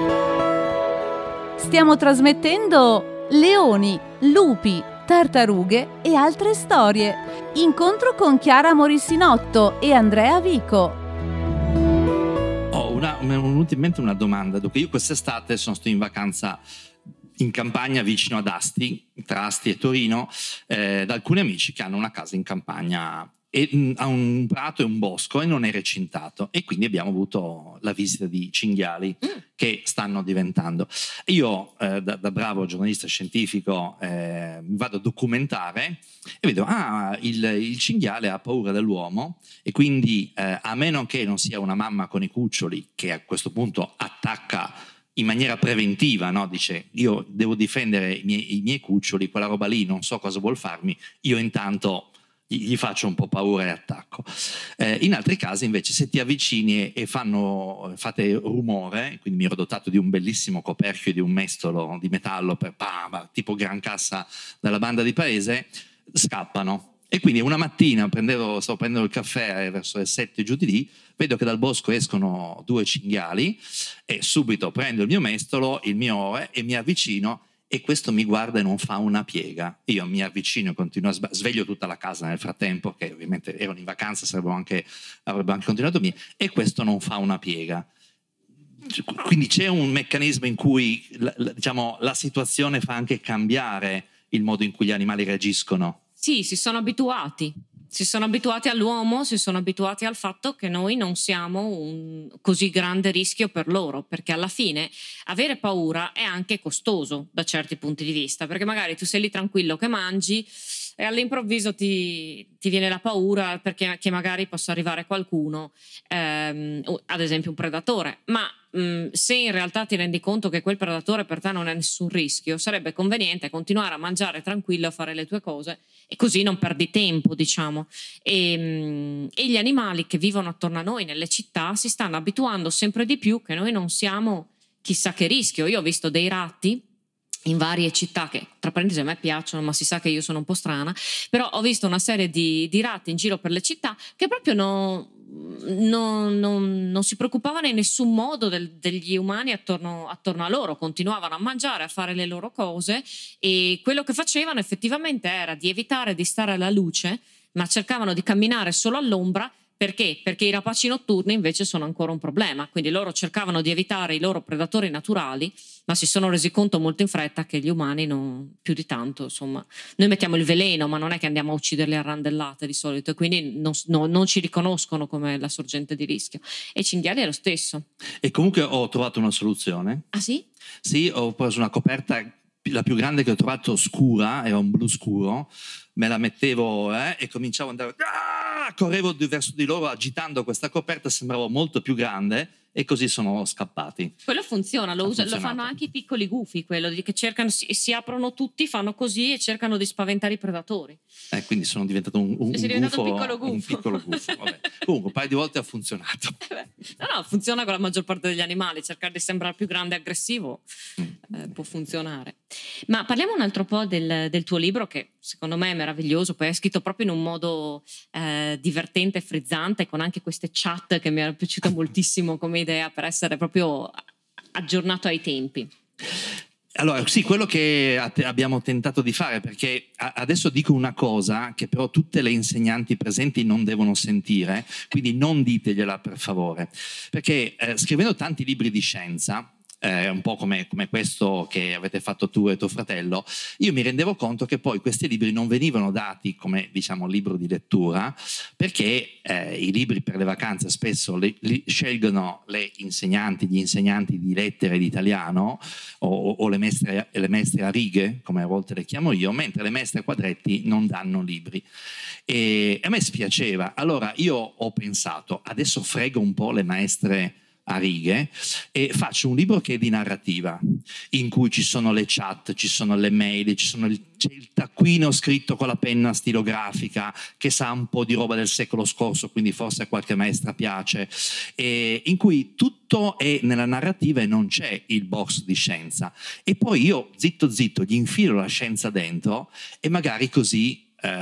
Stiamo trasmettendo leoni, lupi, tartarughe e altre storie. Incontro con Chiara Morissinotto e Andrea Vico. Mi è venuta in mente una domanda. Dunque, io quest'estate sono stato in vacanza in campagna vicino ad Asti, tra Asti e Torino, da alcuni amici che hanno una casa in campagna e ha un prato e un bosco e non è recintato, e quindi abbiamo avuto la visita di cinghiali che stanno diventando. Io da bravo giornalista scientifico mi vado a documentare e vedo il cinghiale ha paura dell'uomo, e quindi a meno che non sia una mamma con i cuccioli che a questo punto attacca in maniera preventiva, no? Dice: io devo difendere i miei cuccioli, quella roba lì non so cosa vuol farmi, io intanto gli faccio un po' paura e attacco. In altri casi invece, se ti avvicini e fate rumore, quindi mi ero dotato di un bellissimo coperchio di un mestolo di metallo tipo gran cassa dalla banda di paese, scappano. E quindi una mattina stavo prendendo il caffè verso le 7 giù di lì, vedo che dal bosco escono 2 cinghiali e subito prendo il mio mestolo, il mio oe, e mi avvicino, e questo mi guarda e non fa una piega. Io mi avvicino e continuo sveglio tutta la casa nel frattempo, che ovviamente erano in vacanza, avrebbero anche continuato a e questo non fa una piega. Quindi c'è un meccanismo in cui la situazione fa anche cambiare il modo in cui gli animali reagiscono. Sì, si sono abituati. Si sono abituati all'uomo, si sono abituati al fatto che noi non siamo un così grande rischio per loro, perché alla fine avere paura è anche costoso da certi punti di vista, perché magari tu sei lì tranquillo che mangi e all'improvviso ti viene la paura perché che magari possa arrivare qualcuno, ad esempio un predatore, ma se in realtà ti rendi conto che quel predatore per te non è nessun rischio, sarebbe conveniente continuare a mangiare tranquillo, a fare le tue cose e così non perdi tempo, diciamo. E gli animali che vivono attorno a noi nelle città si stanno abituando sempre di più che noi non siamo chissà che rischio. Io ho visto dei ratti in varie città che, tra parentesi, a me piacciono, ma si sa che io sono un po' strana, però ho visto una serie di ratti in giro per le città che proprio non si preoccupavano in nessun modo degli umani attorno a loro, continuavano a mangiare, a fare le loro cose, e quello che facevano effettivamente era di evitare di stare alla luce, ma cercavano di camminare solo all'ombra. Perché? Perché i rapaci notturni invece sono ancora un problema, quindi loro cercavano di evitare i loro predatori naturali, ma si sono resi conto molto in fretta che gli umani non più di tanto, insomma. Noi mettiamo il veleno, ma non è che andiamo a ucciderli a randellate di solito, e quindi non ci riconoscono come la sorgente di rischio. E i cinghiali è lo stesso. E comunque ho trovato una soluzione. Ah sì? Sì, ho preso una coperta, la più grande che ho trovato, scura, era un blu scuro, me la mettevo e cominciavo ad andare, correvo verso di loro agitando questa coperta, sembrava molto più grande, e così sono scappati. Quello funziona, lo fanno anche i piccoli gufi, quello di che cercano, si aprono tutti, fanno così e cercano di spaventare i predatori. Quindi sono diventato un diventato gufo, un piccolo gufo. Un piccolo gufo. Vabbè. Comunque un paio di volte ha funzionato. No, funziona con la maggior parte degli animali, cercare di sembrare più grande e aggressivo può funzionare. Ma parliamo un altro po' del tuo libro, che secondo me è meraviglioso, poi è scritto proprio in un modo divertente e frizzante, con anche queste chat che mi è piaciuta moltissimo come idea per essere proprio aggiornato ai tempi. Allora, sì, quello che abbiamo tentato di fare, perché adesso dico una cosa che però tutte le insegnanti presenti non devono sentire, quindi non ditegliela per favore, perché scrivendo tanti libri di scienza, un po' come questo che avete fatto tu e tuo fratello, io mi rendevo conto che poi questi libri non venivano dati come, diciamo, libro di lettura, perché i libri per le vacanze spesso li scelgono gli insegnanti di lettere di italiano o le maestre a righe, come a volte le chiamo io, mentre le maestre a quadretti non danno libri. E a me spiaceva. Allora io ho pensato, adesso frego un po' le maestre a righe e faccio un libro che è di narrativa, in cui ci sono le chat, ci sono le mail, c'è il taccuino scritto con la penna stilografica che sa un po' di roba del secolo scorso, quindi forse a qualche maestra piace, e in cui tutto è nella narrativa e non c'è il box di scienza. E poi io zitto gli infilo la scienza dentro, e magari così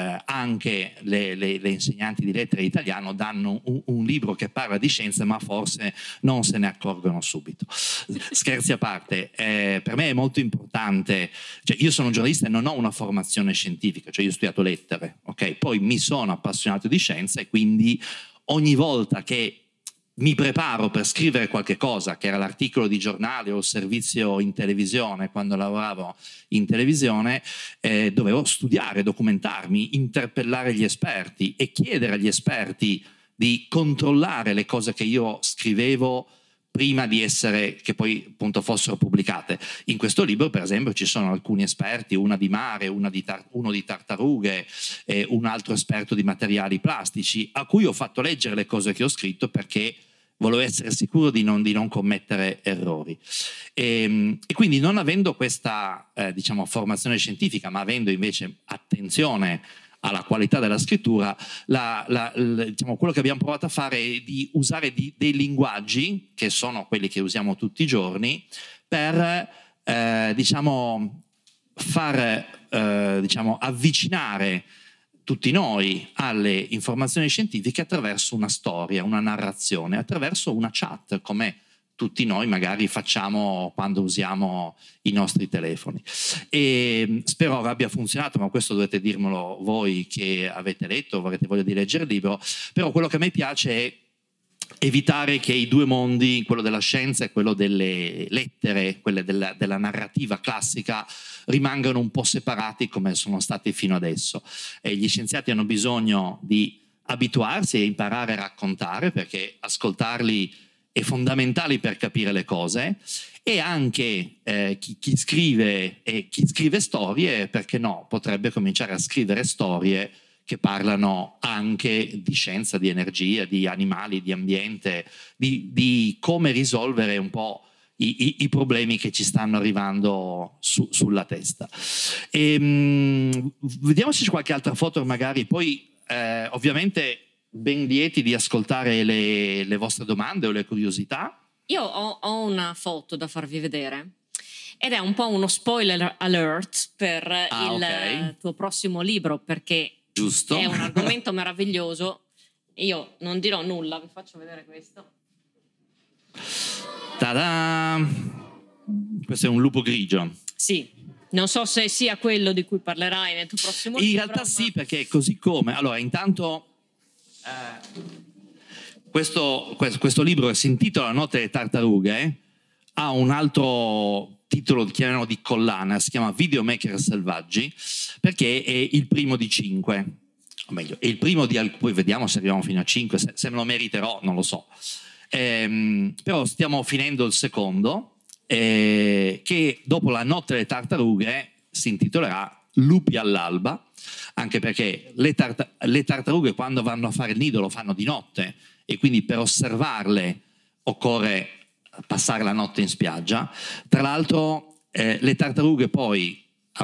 anche le insegnanti di lettere italiano danno un libro che parla di scienza, ma forse non se ne accorgono subito. Scherzi a parte, per me è molto importante, cioè io sono un giornalista e non ho una formazione scientifica, cioè io ho studiato lettere, ok? Poi mi sono appassionato di scienza e quindi ogni volta che mi preparo per scrivere qualche cosa, che era l'articolo di giornale o il servizio in televisione, quando lavoravo in televisione, dovevo studiare, documentarmi, interpellare gli esperti e chiedere agli esperti di controllare le cose che io scrivevo prima di essere, che poi appunto fossero pubblicate. In questo libro, per esempio, ci sono alcuni esperti, una di mare, uno di tartarughe, un altro esperto di materiali plastici, a cui ho fatto leggere le cose che ho scritto perché volevo essere sicuro di non commettere errori. E quindi, non avendo questa diciamo formazione scientifica, ma avendo invece attenzione alla qualità della scrittura, diciamo, quello che abbiamo provato a fare è di usare dei linguaggi che sono quelli che usiamo tutti i giorni per diciamo far diciamo avvicinare tutti noi alle informazioni scientifiche attraverso una storia, una narrazione, attraverso una chat, come tutti noi magari facciamo quando usiamo i nostri telefoni. E spero abbia funzionato, ma questo dovete dirmelo voi che avete letto o avrete voglia di leggere il libro. Però quello che a me piace è evitare che i due mondi, quello della scienza e quello delle lettere, quelle della narrativa classica, rimangano un po' separati come sono stati fino adesso. E gli scienziati hanno bisogno di abituarsi e imparare a raccontare, perché ascoltarli è fondamentale per capire le cose, e anche chi scrive storie, perché no, potrebbe cominciare a scrivere storie che parlano anche di scienza, di energia, di animali, di ambiente, di come risolvere un po' i problemi che ci stanno arrivando sulla testa. Vediamo se c'è qualche altra foto, magari poi ovviamente ben lieti di ascoltare le vostre domande o le curiosità. Io ho una foto da farvi vedere ed è un po' uno spoiler alert per il tuo prossimo libro, perché giusto, è un argomento meraviglioso. Io non dirò nulla, vi faccio vedere questo. Ta-da! Questo è un lupo grigio. Sì, non so se sia quello di cui parlerai nel tuo prossimo libro. In realtà sì, perché così come... Allora, intanto questo libro, che si intitola La notte delle tartarughe, ha un altro titolo, chiamiamolo di collana, si chiama Videomaker selvaggi, perché è il primo di 5. O meglio, è il primo di alcuni, poi vediamo se arriviamo fino a 5, se me lo meriterò, non lo so. Però stiamo finendo il secondo, che dopo La notte delle tartarughe si intitolerà Lupi all'alba, anche perché le tartarughe quando vanno a fare il nido lo fanno di notte, e quindi per osservarle occorre passare la notte in spiaggia. Tra l'altro le tartarughe poi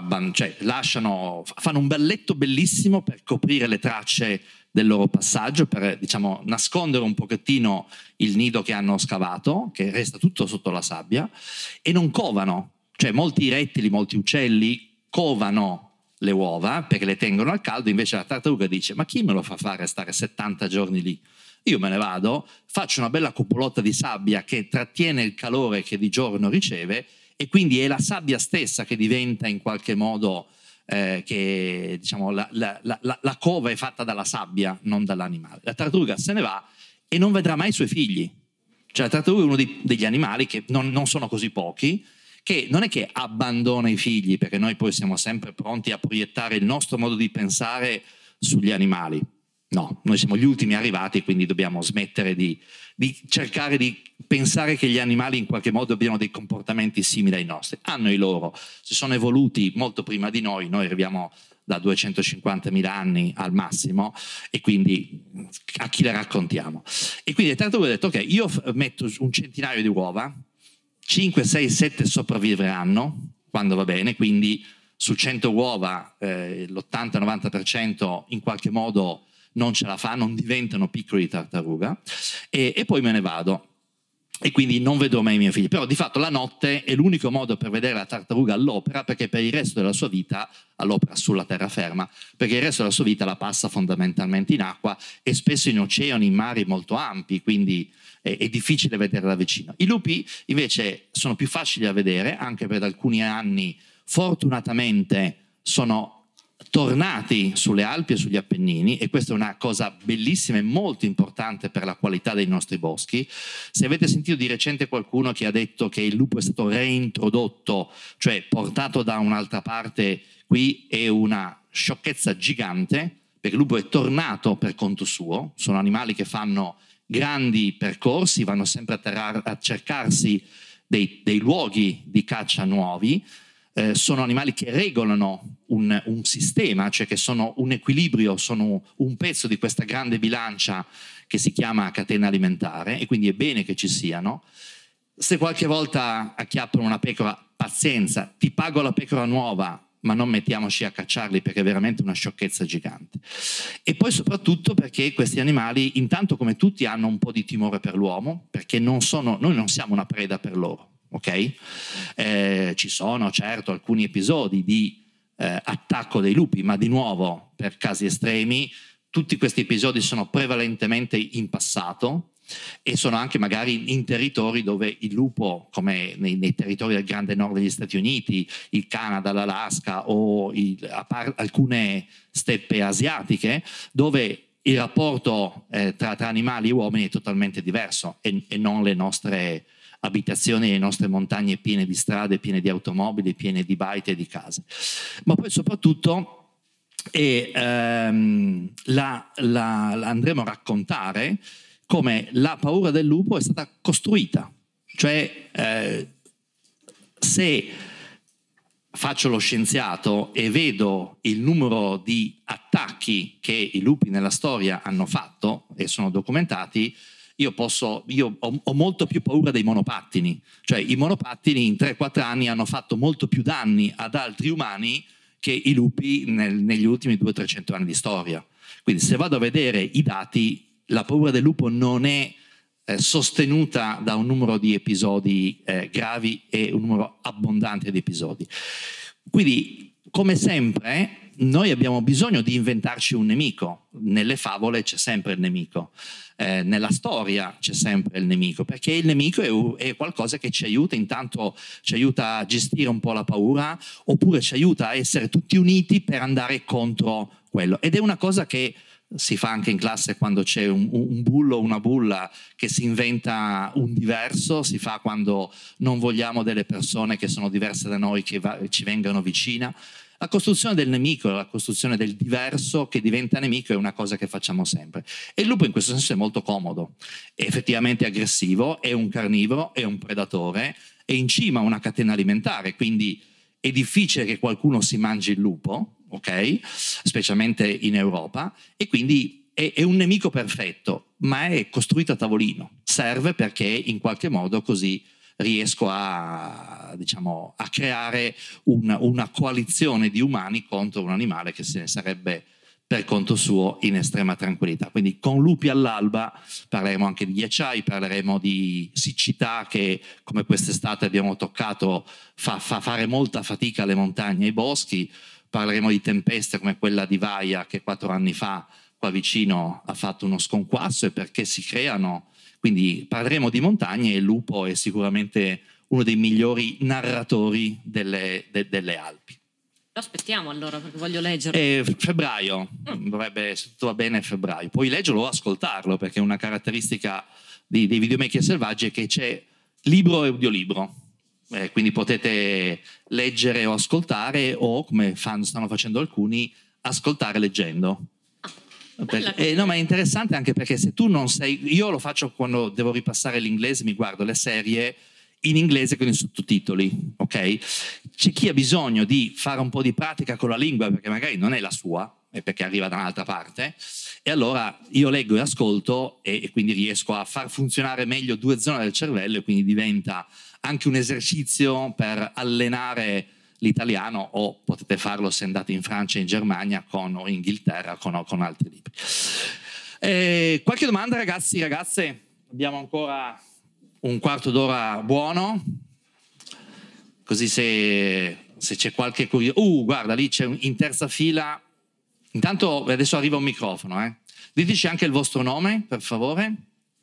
fanno un bel letto bellissimo per coprire le tracce del loro passaggio, per, diciamo, nascondere un pochettino il nido che hanno scavato, che resta tutto sotto la sabbia, e non covano. Cioè molti rettili, molti uccelli covano le uova perché le tengono al caldo, invece la tartaruga dice: ma chi me lo fa fare stare 70 giorni lì? Io me ne vado, faccio una bella cupolotta di sabbia che trattiene il calore che di giorno riceve, e quindi è la sabbia stessa che diventa in qualche modo che, diciamo, la cova è fatta dalla sabbia, non dall'animale. La tartaruga se ne va e non vedrà mai i suoi figli. Cioè la tartaruga è uno degli animali, che non sono così pochi, che non è che abbandona i figli, perché noi poi siamo sempre pronti a proiettare il nostro modo di pensare sugli animali. No, noi siamo gli ultimi arrivati, quindi dobbiamo smettere di cercare di pensare che gli animali in qualche modo abbiano dei comportamenti simili ai nostri. Hanno i loro, si sono evoluti molto prima di noi arriviamo da 250.000 anni al massimo, e quindi a chi le raccontiamo? E quindi il tartaruga ha detto: ok, io metto un centinaio di uova, 5, 6, 7 sopravvivranno quando va bene, quindi su 100 uova l'80-90% in qualche modo non ce la fa, non diventano piccoli tartaruga, e poi me ne vado, e quindi non vedrò mai i miei figli. Però di fatto la notte è l'unico modo per vedere la tartaruga all'opera, perché per il resto della sua vita, all'opera sulla terraferma, perché il resto della sua vita la passa fondamentalmente in acqua, e spesso in oceani, in mari molto ampi, quindi è difficile vederla da vicino. I lupi invece sono più facili da vedere, anche per alcuni anni fortunatamente sono tornati sulle Alpi e sugli Appennini, e questa è una cosa bellissima e molto importante per la qualità dei nostri boschi. Se avete sentito di recente qualcuno che ha detto che il lupo è stato reintrodotto, cioè portato da un'altra parte, qui è una sciocchezza gigante, perché il lupo è tornato per conto suo. Sono animali che fanno grandi percorsi, vanno sempre a cercarsi dei luoghi di caccia nuovi. Sono animali che regolano un sistema, cioè che sono un equilibrio, sono un pezzo di questa grande bilancia che si chiama catena alimentare, e quindi è bene che ci siano. Se qualche volta acchiappano una pecora, pazienza, ti pago la pecora nuova, ma non mettiamoci a cacciarli, perché è veramente una sciocchezza gigante. E poi soprattutto perché questi animali, intanto come tutti, hanno un po' di timore per l'uomo, perché noi non siamo una preda per loro. Ok? Ci sono certo alcuni episodi di attacco dei lupi, ma di nuovo per casi estremi. Tutti questi episodi sono prevalentemente in passato, e sono anche magari in territori dove il lupo, come nei territori del grande nord degli Stati Uniti, il Canada, l'Alaska o alcune steppe asiatiche, dove il rapporto tra animali e uomini è totalmente diverso e non le nostre abitazioni, le nostre montagne piene di strade, piene di automobili, piene di baite e di case. Ma poi soprattutto andremo a raccontare come la paura del lupo è stata costruita. Cioè, se faccio lo scienziato e vedo il numero di attacchi che i lupi nella storia hanno fatto e sono documentati, io ho molto più paura dei monopattini. Cioè i monopattini in 3-4 anni hanno fatto molto più danni ad altri umani che i lupi negli ultimi 200-300 anni di storia. Quindi se vado a vedere i dati, la paura del lupo non è sostenuta da un numero di episodi gravi e un numero abbondante di episodi. Quindi, come sempre, noi abbiamo bisogno di inventarci un nemico. Nelle favole c'è sempre il nemico, nella storia c'è sempre il nemico, perché il nemico è qualcosa che ci aiuta, intanto ci aiuta a gestire un po' la paura, oppure ci aiuta a essere tutti uniti per andare contro quello. Ed è una cosa che si fa anche in classe quando c'è un bullo o una bulla che si inventa un diverso, si fa quando non vogliamo delle persone che sono diverse da noi che ci vengano vicina. La costruzione del nemico, la costruzione del diverso che diventa nemico è una cosa che facciamo sempre. E il lupo in questo senso è molto comodo, è effettivamente aggressivo, è un carnivoro, è un predatore, è in cima a una catena alimentare, quindi è difficile che qualcuno si mangi il lupo, ok? Specialmente in Europa, e quindi è un nemico perfetto, ma è costruito a tavolino. Serve perché in qualche modo così riesco a creare una coalizione di umani contro un animale che se ne sarebbe per conto suo in estrema tranquillità. Quindi con lupi all'alba parleremo anche di ghiacciai, parleremo di siccità che come quest'estate abbiamo toccato fa fare molta fatica alle montagne e ai boschi, parleremo di tempeste come quella di Vaia che 4 anni fa qua vicino ha fatto uno sconquasso e perché si creano. Quindi parleremo di montagne e il lupo è sicuramente uno dei migliori narratori delle Alpi. Lo aspettiamo allora perché voglio leggerlo. Febbraio, dovrebbe, se tutto va bene, febbraio. Puoi leggerlo o ascoltarlo perché una caratteristica dei videomaker selvaggi è che c'è libro e audiolibro. Quindi potete leggere o ascoltare o, come stanno facendo alcuni, ascoltare leggendo. No, ma è interessante anche perché se tu non sei... Io lo faccio quando devo ripassare l'inglese, mi guardo le serie in inglese con i sottotitoli, ok? C'è chi ha bisogno di fare un po' di pratica con la lingua perché magari non è la sua, è perché arriva da un'altra parte, e allora io leggo e ascolto e quindi riesco a far funzionare meglio 2 zone del cervello e quindi diventa anche un esercizio per allenare l'italiano, o potete farlo se andate in Francia, in Germania o in Inghilterra con altri libri. Qualche domanda, ragazzi, ragazze? Abbiamo ancora un quarto d'ora buono, così se c'è qualche curiosità. Guarda, lì c'è in terza fila. Intanto adesso arriva un microfono. Diteci anche il vostro nome, per favore.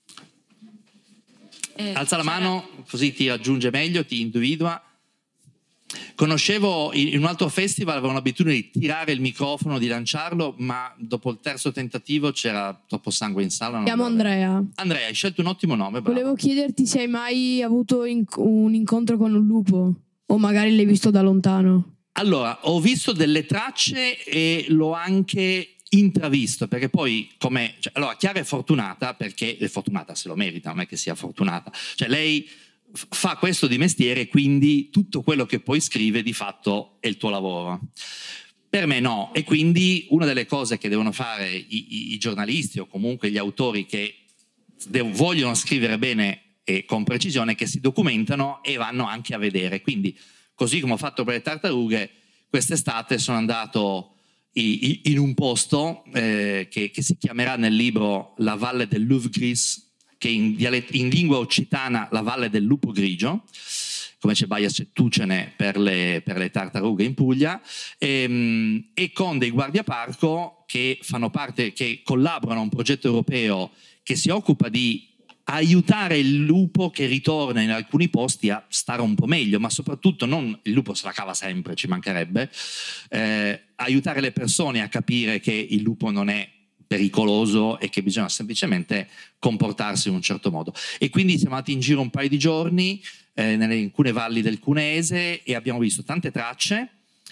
Alza la mano, così ti raggiunge meglio, ti individua. Conoscevo in un altro festival, avevo l'abitudine di tirare il microfono, di lanciarlo, ma dopo il terzo tentativo c'era troppo sangue in sala. Mi chiamo Andrea. Andrea, hai scelto un ottimo nome. Bravo. Volevo chiederti se hai mai avuto un incontro con un lupo o magari l'hai visto da lontano. Allora, ho visto delle tracce e l'ho anche intravisto, perché poi allora Chiara è fortunata perché è fortunata, se lo merita, non è che sia fortunata. Cioè lei fa questo di mestiere, quindi tutto quello che poi scrive di fatto è il tuo lavoro. Per me no, e quindi una delle cose che devono fare i giornalisti o comunque gli autori che vogliono scrivere bene e con precisione è che si documentano e vanno anche a vedere. Quindi, così come ho fatto per le tartarughe, quest'estate sono andato in un posto che si chiamerà nel libro la Valle del Loup Gris, che in lingua occitana la Valle del Lupo Grigio, come c'è Baia Settucene per le tartarughe in Puglia, e con dei guardiaparco che fanno parte, che collaborano a un progetto europeo che si occupa di aiutare il lupo che ritorna in alcuni posti a stare un po' meglio, ma soprattutto il lupo se la cava sempre, ci mancherebbe, aiutare le persone a capire che il lupo non è pericoloso e che bisogna semplicemente comportarsi in un certo modo. E quindi siamo andati in giro un paio di giorni in alcune valli del Cuneese e abbiamo visto tante tracce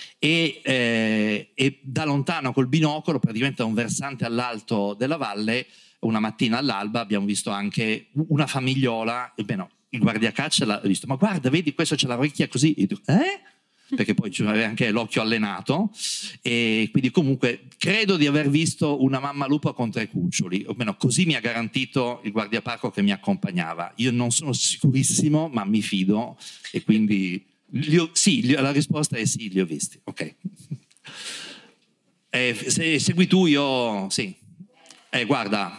e da lontano col binocolo, praticamente da un versante all'alto della valle, una mattina all'alba abbiamo visto anche una famigliola, il guardiacaccia l'ha visto, ma guarda, vedi, questo c'ha la orecchia così, e dico, perché poi c'aveva anche l'occhio allenato, e quindi comunque credo di aver visto una mamma lupo con 3 cuccioli, o meno così mi ha garantito il guardiaparco che mi accompagnava. Io non sono sicurissimo, ma mi fido, e quindi la risposta è sì, li ho visti. Ok. Se segui tu, io sì. Guarda.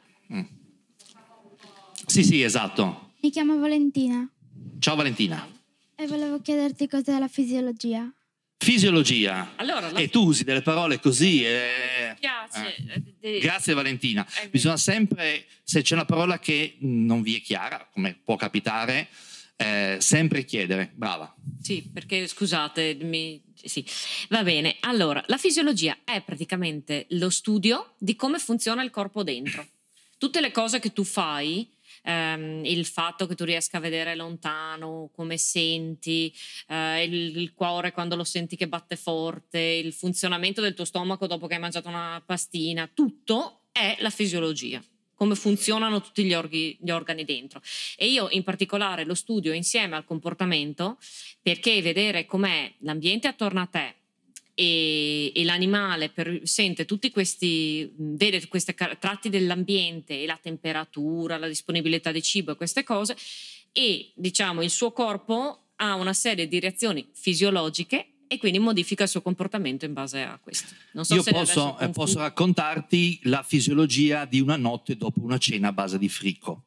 Sì, esatto. Mi chiamo Valentina Ciao Valentina. e volevo chiederti cos'è la fisiologia. Fisiologia. Allora, E tu usi delle parole così. piace. Grazie Valentina. Bisogna sempre, se c'è una parola che non vi è chiara, come può capitare, sempre chiedere. Brava. Sì, perché scusate, sì, va bene. Allora, la fisiologia è praticamente lo studio di come funziona il corpo dentro. Tutte le cose che tu fai, il fatto che tu riesca a vedere lontano, come senti, il cuore quando lo senti che batte forte, il funzionamento del tuo stomaco dopo che hai mangiato una pastina, tutto è la fisiologia, come funzionano tutti gli organi dentro. E io in particolare lo studio insieme al comportamento, perché vedere com'è l'ambiente attorno a te e l'animale sente tutti vede questi tratti dell'ambiente e la temperatura, la disponibilità di cibo e queste cose, e diciamo il suo corpo ha una serie di reazioni fisiologiche e quindi modifica il suo comportamento in base a questo. Non so Io se posso raccontarti la fisiologia di una notte dopo una cena a base di fricco.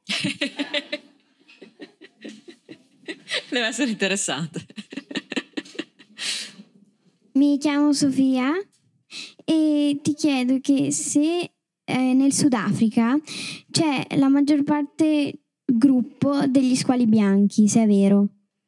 Deve essere interessante. Mi chiamo Sofia e ti chiedo che se nel Sudafrica c'è la maggior parte gruppo degli squali bianchi, se è vero.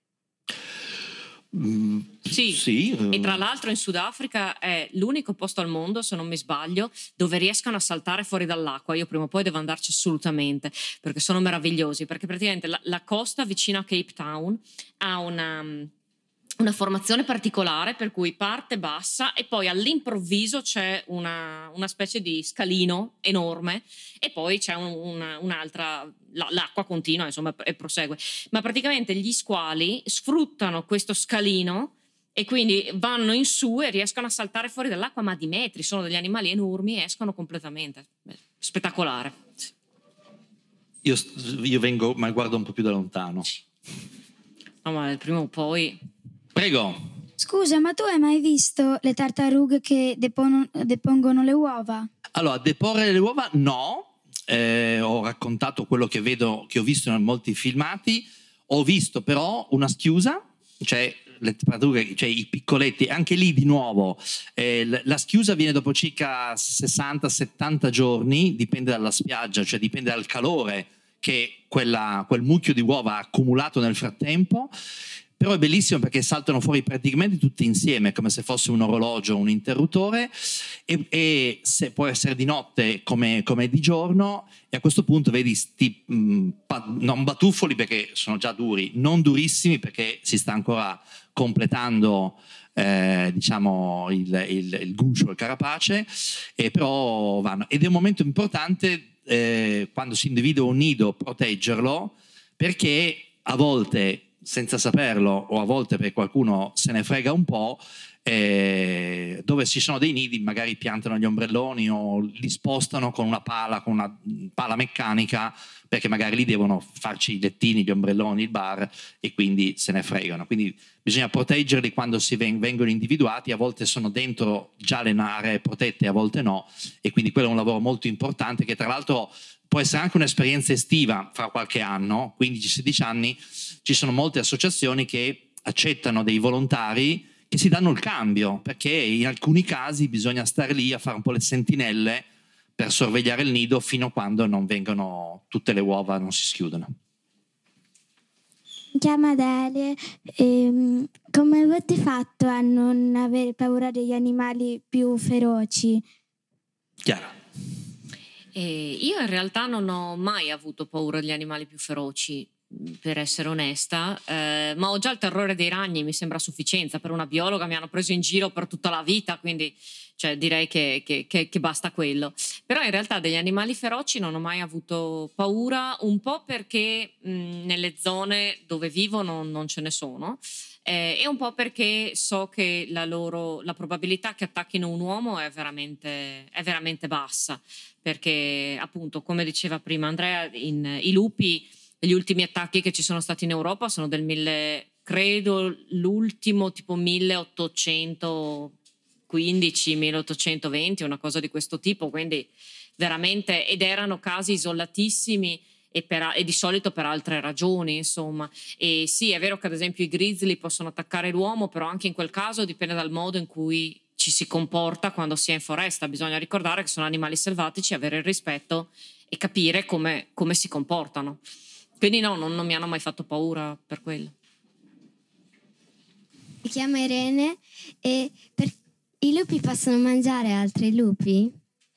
Sì. E tra l'altro in Sudafrica è l'unico posto al mondo, se non mi sbaglio, dove riescono a saltare fuori dall'acqua. Io prima o poi devo andarci assolutamente, perché sono meravigliosi, perché praticamente la costa vicino a Cape Town ha una formazione particolare per cui parte bassa e poi all'improvviso c'è una specie di scalino enorme e poi c'è un'altra, l'acqua continua insomma e prosegue, ma praticamente gli squali sfruttano questo scalino e quindi vanno in su e riescono a saltare fuori dall'acqua, ma di metri, sono degli animali enormi e escono completamente. Spettacolare. Io vengo, ma guardo un po' più da lontano. No, ma prima o poi... Prego. Scusa, ma tu hai mai visto le tartarughe che depongono le uova? Allora, deporre le uova no. Ho raccontato quello che ho visto in molti filmati. Ho visto però una schiusa, cioè le tartarughe, cioè i piccoletti, anche lì di nuovo la schiusa viene dopo circa 60-70 giorni, dipende dalla spiaggia, cioè dipende dal calore che quel mucchio di uova ha accumulato nel frattempo. Però è bellissimo perché saltano fuori praticamente tutti insieme, come se fosse un orologio, un interruttore, e se può essere di notte come di giorno, e a questo punto vedi non batuffoli perché sono già duri, non durissimi perché si sta ancora completando diciamo il guscio, il carapace, però vanno. Ed è un momento importante quando si individua un nido proteggerlo, perché a volte senza saperlo o a volte perché qualcuno se ne frega un po', dove ci sono dei nidi magari piantano gli ombrelloni o li spostano con una pala meccanica, perché magari lì devono farci i lettini, gli ombrelloni, il bar, e quindi se ne fregano. Quindi bisogna proteggerli quando vengono individuati. A volte sono dentro già le aree protette, a volte no, e quindi quello è un lavoro molto importante che tra l'altro può essere anche un'esperienza estiva fra qualche anno, 15-16 anni. Ci sono molte associazioni che accettano dei volontari che si danno il cambio, perché in alcuni casi bisogna stare lì a fare un po' le sentinelle per sorvegliare il nido fino a quando non vengono tutte le uova, non si schiudono. Mi chiamo Adele. Come avete fatto a non avere paura degli animali più feroci? Chiaro. E io in realtà non ho mai avuto paura degli animali più feroci, per essere onesta, ma ho già il terrore dei ragni, mi sembra a sufficienza. Per una biologa mi hanno preso in giro per tutta la vita, quindi cioè, direi che basta quello. Però in realtà degli animali feroci non ho mai avuto paura, un po' perché nelle zone dove vivo non ce ne sono, e un po' perché so che la probabilità che attacchino un uomo è veramente bassa, perché appunto, come diceva prima Andrea, i lupi, gli ultimi attacchi che ci sono stati in Europa sono credo l'ultimo tipo 1815, 1820, una cosa di questo tipo, quindi veramente, ed erano casi isolatissimi e di solito per altre ragioni, insomma. E sì, è vero che ad esempio i grizzly possono attaccare l'uomo, però anche in quel caso dipende dal modo in cui ci si comporta quando si è in foresta. Bisogna ricordare che sono animali selvatici, avere il rispetto e capire come si comportano. Quindi no, non mi hanno mai fatto paura per quello. Mi chiamo Irene e i lupi possono mangiare altri lupi?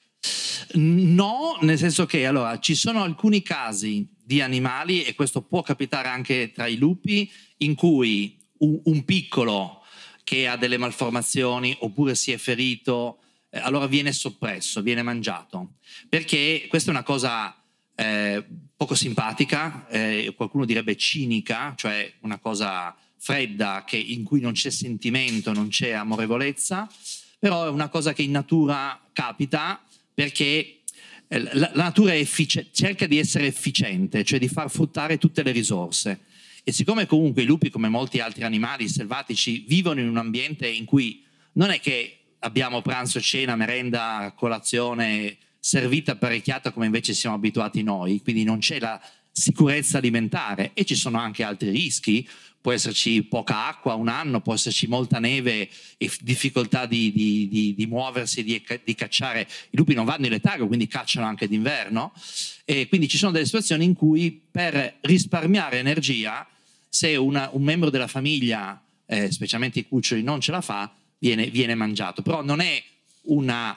No, nel senso che allora ci sono alcuni casi di animali, e questo può capitare anche tra i lupi, in cui un piccolo che ha delle malformazioni oppure si è ferito, allora viene soppresso, viene mangiato, perché questa è una cosa poco simpatica, qualcuno direbbe cinica, cioè una cosa fredda in cui non c'è sentimento, non c'è amorevolezza, però è una cosa che in natura capita, perché la natura cerca di essere efficiente, cioè di far fruttare tutte le risorse. E siccome comunque i lupi, come molti altri animali selvatici, vivono in un ambiente in cui non è che abbiamo pranzo, cena, merenda, colazione servita apparecchiata come invece siamo abituati noi, quindi non c'è la sicurezza alimentare e ci sono anche altri rischi. Può esserci poca acqua un anno, può esserci molta neve e difficoltà di muoversi, di cacciare. I lupi non vanno in letargo, quindi cacciano anche d'inverno, e quindi ci sono delle situazioni in cui per risparmiare energia, se un membro della famiglia, specialmente i cuccioli, non ce la fa, viene mangiato. Però non è una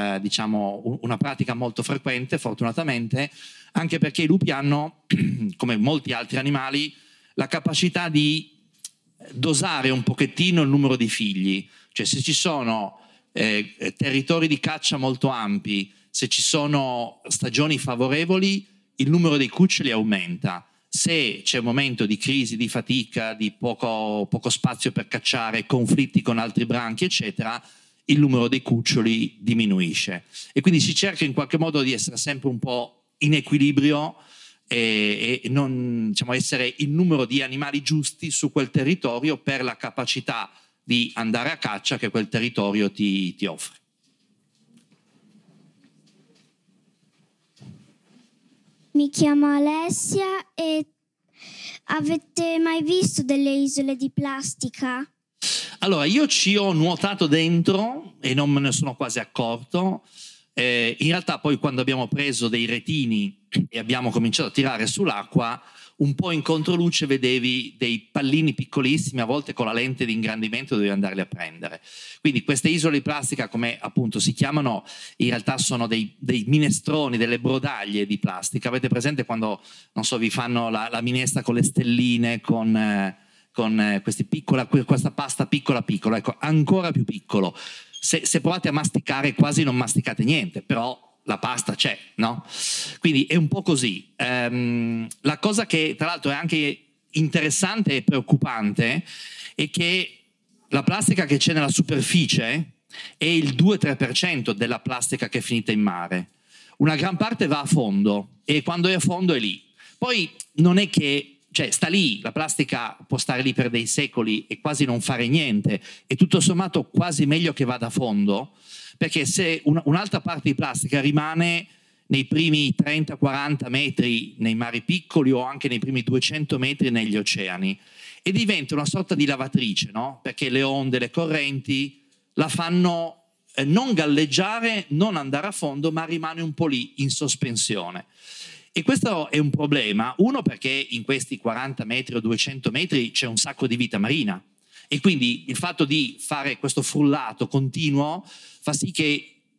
pratica molto frequente, fortunatamente, anche perché i lupi hanno, come molti altri animali, la capacità di dosare un pochettino il numero di figli. Cioè, se ci sono territori di caccia molto ampi, se ci sono stagioni favorevoli, il numero dei cuccioli aumenta. Se c'è un momento di crisi, di fatica, di poco spazio per cacciare, conflitti con altri branchi, eccetera, il numero dei cuccioli diminuisce. E quindi si cerca in qualche modo di essere sempre un po' in equilibrio e non, essere il numero di animali giusti su quel territorio per la capacità di andare a caccia che quel territorio ti offre. Mi chiamo Alessia e avete mai visto delle isole di plastica? Allora, io ci ho nuotato dentro e non me ne sono quasi accorto. In realtà poi quando abbiamo preso dei retini e abbiamo cominciato a tirare sull'acqua, un po' in controluce vedevi dei pallini piccolissimi, a volte con la lente di ingrandimento dovevi andarli a prendere. Quindi queste isole di plastica, come appunto si chiamano, in realtà sono dei minestroni, delle brodaglie di plastica. Avete presente quando, non so, vi fanno la minestra con le stelline, con questa pasta piccola, ecco, ancora più piccolo. Se provate a masticare, quasi non masticate niente, però la pasta c'è, no? Quindi è un po' così. La cosa che tra l'altro è anche interessante e preoccupante è che la plastica che c'è nella superficie è il 2-3% della plastica che è finita in mare. Una gran parte va a fondo e quando è a fondo è lì. Poi non è che sta lì, la plastica può stare lì per dei secoli e quasi non fare niente, e tutto sommato quasi meglio che vada a fondo, perché se un'altra parte di plastica rimane nei primi 30-40 metri nei mari piccoli o anche nei primi 200 metri negli oceani, e diventa una sorta di lavatrice, no? Perché le onde, le correnti la fanno non galleggiare, non andare a fondo, ma rimane un po' lì in sospensione. E questo è un problema, uno perché in questi 40 metri o 200 metri c'è un sacco di vita marina, e quindi il fatto di fare questo frullato continuo fa sì che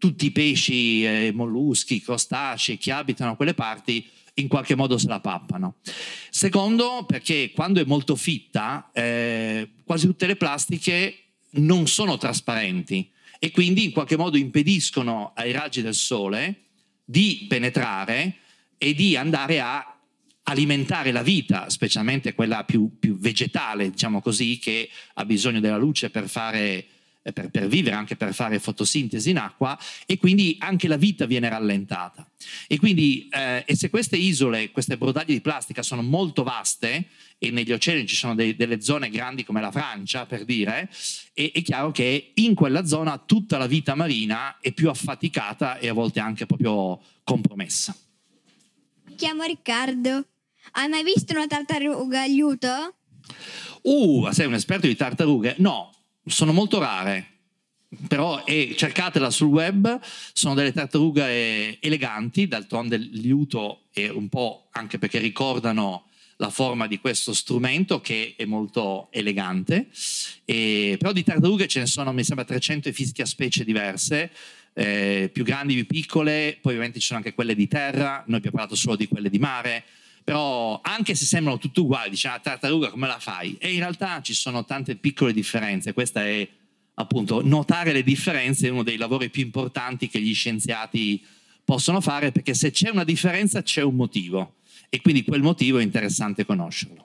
tutti i pesci, molluschi, crostacei che abitano a quelle parti in qualche modo se la pappano. Secondo, perché quando è molto fitta, quasi tutte le plastiche non sono trasparenti e quindi in qualche modo impediscono ai raggi del sole di penetrare e di andare a alimentare la vita, specialmente quella più vegetale, diciamo così, che ha bisogno della luce per vivere, anche per fare fotosintesi in acqua, e quindi anche la vita viene rallentata. E quindi e se queste isole, queste brodaglie di plastica sono molto vaste, e negli oceani ci sono delle zone grandi come la Francia, per dire, è chiaro che in quella zona tutta la vita marina è più affaticata e a volte anche proprio compromessa. Mi chiamo Riccardo. Hai mai visto una tartaruga aiuto? Sei un esperto di tartarughe? No, sono molto rare, però cercatela sul web, sono delle tartarughe eleganti, d'altronde il liuto è un po' anche perché ricordano la forma di questo strumento che è molto elegante, però di tartarughe ce ne sono, mi sembra, 300 e fischia specie diverse, più grandi, più piccole, poi ovviamente ci sono anche quelle di terra, noi abbiamo parlato solo di quelle di mare, però anche se sembrano tutte uguali, dice la tartaruga come la fai? E in realtà ci sono tante piccole differenze, questa è appunto notare le differenze, è uno dei lavori più importanti che gli scienziati possono fare, perché se c'è una differenza c'è un motivo e quindi quel motivo è interessante conoscerlo.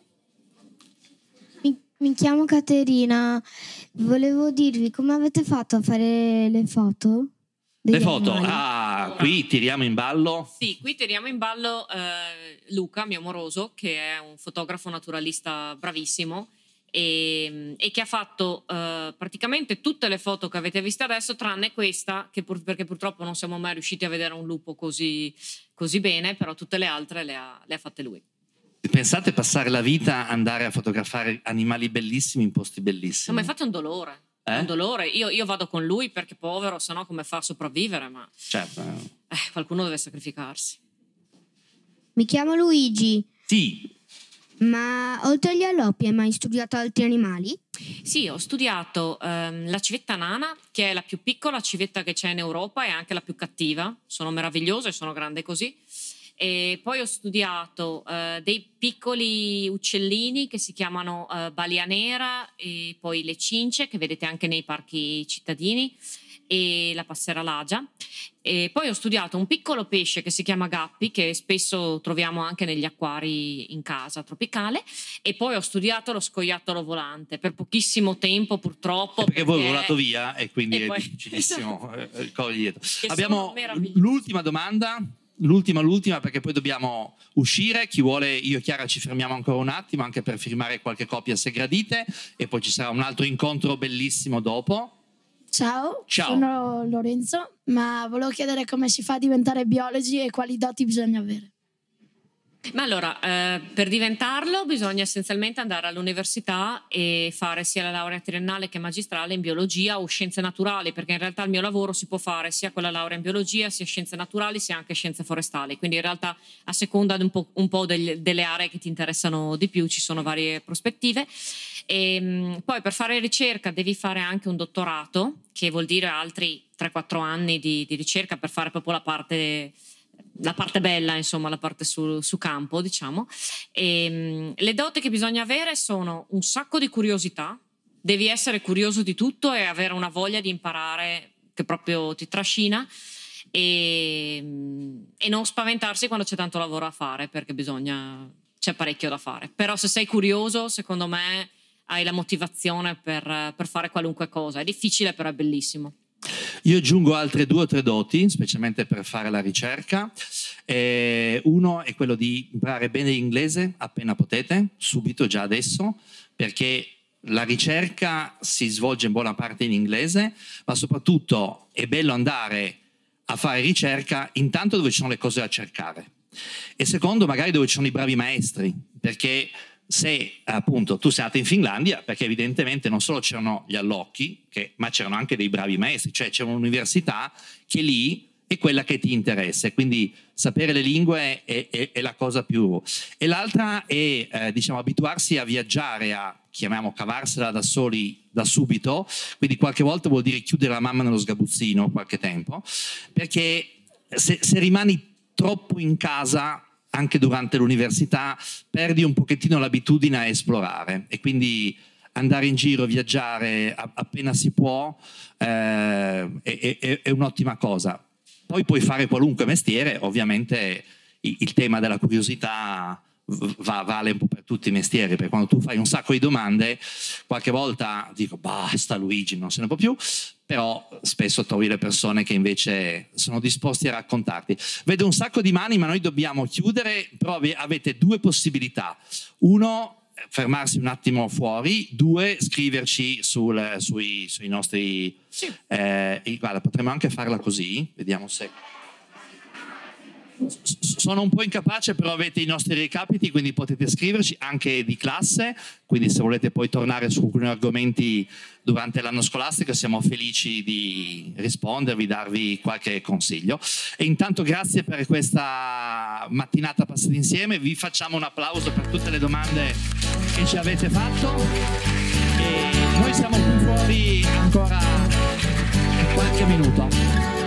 Mi chiamo Caterina, volevo dirvi come avete fatto a fare le foto? Le foto? Qui tiriamo in ballo? Sì, qui tiriamo in ballo Luca, mio moroso, che è un fotografo naturalista bravissimo e che ha fatto praticamente tutte le foto che avete visto adesso, tranne questa, perché purtroppo non siamo mai riusciti a vedere un lupo così bene, però tutte le altre le ha fatte lui. Pensate passare la vita andare a fotografare animali bellissimi in posti bellissimi? No, ma infatti è un dolore. È un dolore. Io vado con lui perché povero, sennò come fa a sopravvivere? Ma certo. Qualcuno deve sacrificarsi. Mi chiamo Luigi. Sì. Ma oltre agli allopi hai mai studiato altri animali? Sì, ho studiato la civetta nana, che è la più piccola civetta che c'è in Europa e anche la più cattiva. Sono meravigliose, sono grandi così. E poi ho studiato dei piccoli uccellini che si chiamano balia nera, e poi le cince che vedete anche nei parchi cittadini e la passera lagia. E poi ho studiato un piccolo pesce che si chiama gappi, che spesso troviamo anche negli acquari in casa tropicale, e poi ho studiato lo scoiattolo volante per pochissimo tempo, purtroppo, perché voi ho volato via e quindi è difficilissimo correre dietro. Abbiamo l'ultima domanda. L'ultima perché poi dobbiamo uscire. Chi vuole, io e Chiara ci fermiamo ancora un attimo anche per firmare qualche copia se gradite, e poi ci sarà un altro incontro bellissimo dopo. Ciao, sono Lorenzo, ma volevo chiedere come si fa a diventare biologi e quali doti bisogna avere. Ma allora, per diventarlo bisogna essenzialmente andare all'università e fare sia la laurea triennale che magistrale in biologia o scienze naturali, perché in realtà il mio lavoro si può fare sia con la laurea in biologia, sia scienze naturali, sia anche scienze forestali, quindi in realtà a seconda di un po' delle aree che ti interessano di più ci sono varie prospettive. E poi per fare ricerca devi fare anche un dottorato, che vuol dire altri 3-4 anni di ricerca per fare proprio la parte bella, insomma, la parte su campo, diciamo. E le doti che bisogna avere sono un sacco di curiosità, devi essere curioso di tutto e avere una voglia di imparare che proprio ti trascina, e non spaventarsi quando c'è tanto lavoro a fare, perché c'è parecchio da fare. Però se sei curioso, secondo me hai la motivazione per fare qualunque cosa. È difficile, però è bellissimo. Io aggiungo altre 2 o 3 doti, specialmente per fare la ricerca. Uno è quello di imparare bene l'inglese appena potete, subito, già adesso, perché la ricerca si svolge in buona parte in inglese, ma soprattutto è bello andare a fare ricerca intanto dove ci sono le cose da cercare, e secondo magari dove ci sono i bravi maestri, perché se appunto tu sei andato in Finlandia perché evidentemente non solo c'erano gli allocchi, ma c'erano anche dei bravi maestri, cioè c'è un'università che lì e quella che ti interessa, quindi sapere le lingue è la cosa più. E l'altra è diciamo abituarsi a viaggiare, a cavarsela da soli da subito, quindi qualche volta vuol dire chiudere la mamma nello sgabuzzino qualche tempo, perché se rimani troppo in casa anche durante l'università perdi un pochettino l'abitudine a esplorare, e quindi andare in giro, viaggiare appena si può è un'ottima cosa. Poi puoi fare qualunque mestiere, ovviamente il tema della curiosità vale un po' per tutti i mestieri, perché quando tu fai un sacco di domande qualche volta dico basta Luigi, non se ne può più, però spesso trovi le persone che invece sono disposti a raccontarti. Vedo un sacco di mani, ma noi dobbiamo chiudere, però avete due possibilità: uno, fermarsi un attimo fuori; due, scriverci sui nostri guarda, potremmo anche farla così, vediamo se sono un po' incapace, però avete i nostri recapiti, quindi potete scriverci anche di classe, quindi se volete poi tornare su alcuni argomenti durante l'anno scolastico siamo felici di rispondervi, darvi qualche consiglio. E intanto grazie per questa mattinata passata insieme, vi facciamo un applauso per tutte le domande che ci avete fatto e noi siamo qui fuori ancora qualche minuto.